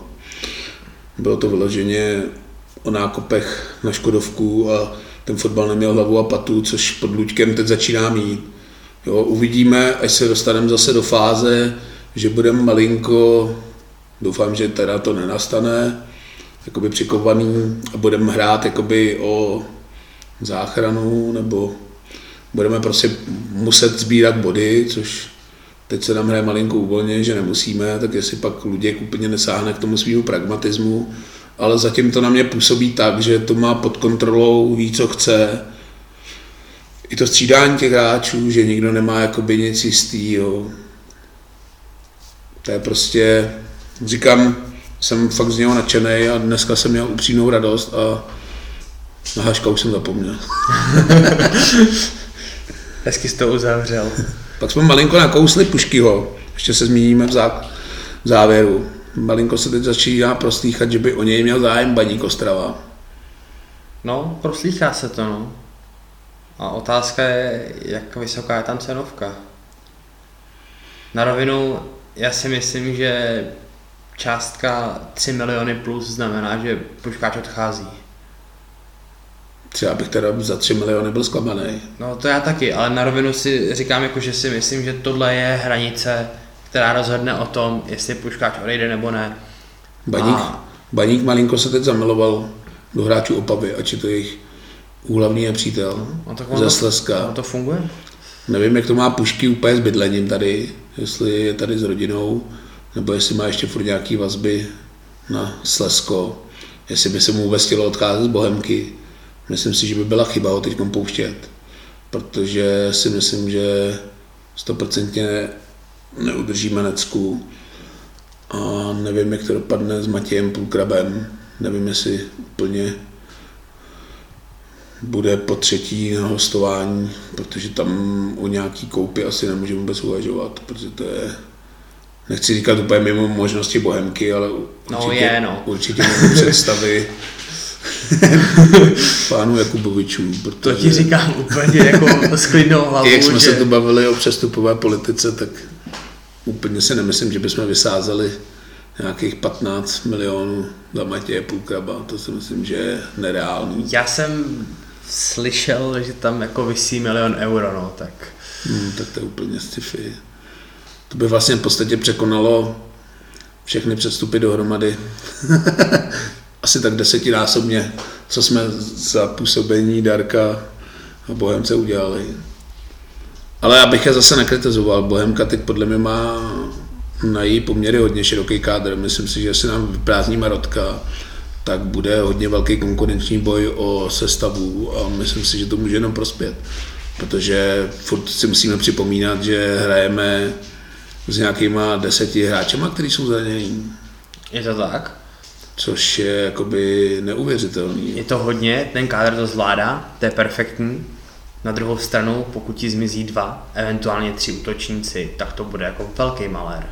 Bylo to vyloženě o nákopech na Škodovku a ten fotbal neměl hlavu a patu, což pod Luďkem teď začíná mít. Jo, uvidíme, až se dostaneme zase do fáze, že budeme malinko, doufám, že teda to nenastane, jakoby přikovaný a budeme hrát jakoby o záchranu, nebo budeme prostě muset sbírat body, což teď se nám hraje malinko uvolně, že nemusíme, tak jestli pak Luděk úplně nesáhne k tomu svýmu pragmatismu, ale zatím to na mě působí tak, že to má pod kontrolou, ví, co chce. I to střídání těch hráčů, že nikdo nemá jakoby nic jistýho. To je prostě, říkám, jsem fakt z něho nadšenej a dneska jsem měl upřímnou radost a na Haška už jsem zapomněl. Hezky jsi to uzavřel. Pak jsme malinko nakousli Puškyho, ještě se zmíníme v, zá, v závěru. Malinko se teď začíná proslýchat, že by o něj měl zájem Baník Ostrava. No, proslýchá se to, no. A otázka je, jak vysoká je tam cenovka. Na rovinu, já si myslím, že částka tři miliony plus znamená, že Puškáč odchází. Třeba bych teda za tři miliony byl zklamaný. No to já taky, ale na rovinu si říkám, jako, že si myslím, že tohle je hranice, která rozhodne o tom, jestli Puškáč odejde nebo ne. Baník, A... Baník malinko se teď zamiloval do hráčů Opavy, ač je to jejich úhlavní nepřítel no, ze Slezska. No, to funguje? Nevím, jak to má Pušky úplně s bydlením tady, jestli je tady s rodinou, nebo jestli má ještě furt nějaký vazby na Slezsko, jestli by se mu vůbec chtělo odcházet z Bohemky. Myslím si, že by byla chyba ho teď pouštět, protože si myslím, že stoprocentně neudržíme Necku. A nevím, jak to dopadne s Matějem Půlkrabem. Nevím, jestli úplně bude po třetí na hostování, protože tam o nějaký koupy asi nemůžeme vůbec uvažovat, protože to je, nechci říkat úplně mimo možnosti Bohemky, ale určitě, no je, no. určitě můžu představy pánu Jakubovičů. Protože, to ti říkám úplně jako s klidnou hlavou. Jak jsme že... se tu bavili o přestupové politice, tak úplně si nemyslím, že bychom vysázeli nějakých patnáct milionů za Matěje Půlkraba. To si myslím, že je nereálný. Já jsem slyšel, že tam jako visí milion euro, no, tak... Hmm, tak to je úplně sci-fi. To by vlastně v podstatě překonalo všechny přestupy dohromady. Asi tak desetinásobně, co jsme za působení Darka a Bohemce udělali. Ale já bych je zase nekritizoval. Bohemka teď podle mě má na její poměry hodně široký kádr. Myslím si, že jestli nám vyprázdní Marotka, tak bude hodně velký konkurenční boj o sestavu a myslím si, že to může jenom prospět. Protože furt si musíme připomínat, že hrajeme s nějakýma deseti hráčema, kteří jsou zranění. Je to tak? Což je jakoby neuvěřitelný. Je to hodně, ten kádr to zvládá, to je perfektní. Na druhou stranu, pokud ti zmizí dva, eventuálně tři útočníci, tak to bude jako velký malér.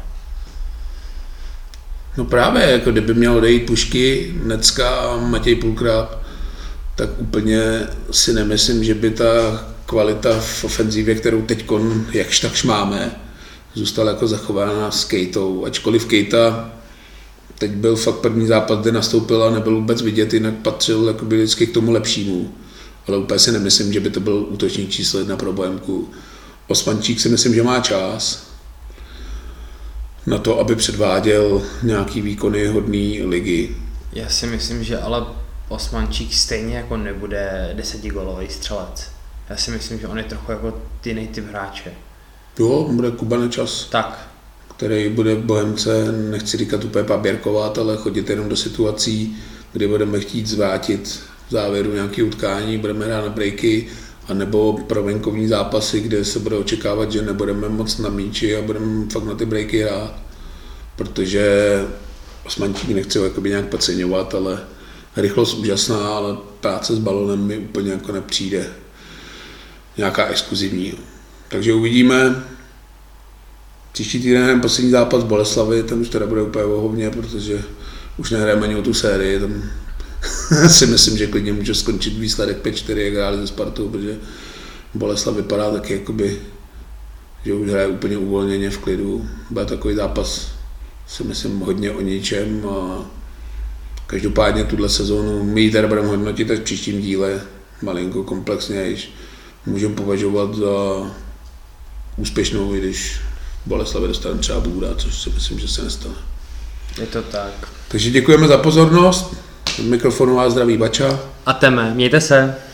No právě, jako kdyby mělo dejít Pušky, Necka a Matěj Půlkrab, tak úplně si nemyslím, že by ta kvalita v ofenzívě, kterou teď jakž takž máme, zůstala jako zachována s Kejtou. Ačkoliv Kejta teď byl fakt první zápas, kde nastoupil a nebyl vůbec vidět, jinak patřil jakoby vždycky k tomu lepšímu. Ale úplně si nemyslím, že by to byl útočník číslo jedna pro Bohemku. Osmančík si myslím, že má čas na to, aby předváděl nějaký výkony hodný ligy. Já si myslím, že ale Osmančík stejně jako nebude desetigolový střelec. Já si myslím, že on je trochu jako jiný typ hráče. Jo, bude Kuba Nečas. Tak. Který bude v Bohemce, nechci říkat úplně paběrkovat, ale chodit jenom do situací, kdy budeme chtít zvrátit v závěru nějaké utkání, budeme hrát na breaky, anebo pro venkovní zápasy, kde se bude očekávat, že nebudeme moc na míči a budeme fakt na ty breaky hrát. Protože Osmančík nechci ho jakoby nějak podceňovat, ale rychlost úžasná, ale práce s balonem mi úplně jako nepřijde nějaká exkluzivní. Takže uvidíme. Příští týden hrajeme poslední zápas z Boleslavy, ten už teda bude úplně ohovně, protože už nehrajeme ani o tu sérii, tam si myslím, že klidně může skončit výsledek pět čtyři, jak hráli ze Spartou, protože Boleslav vypadá taky jakoby, že už hraje úplně uvolněně v klidu. Bude takový zápas, si myslím, hodně o ničem a každopádně tuhle sezónu my ji teda budeme hodnotit až v příštím díle, malinko komplexnější. Můžeme považovat za úspěšnou, i když Boleslavě dostane třeba bůra, což si myslím, že se nestane. Je to tak. Takže děkujeme za pozornost. Od mikrofonu vás zdraví Bača. A Teme, mějte se.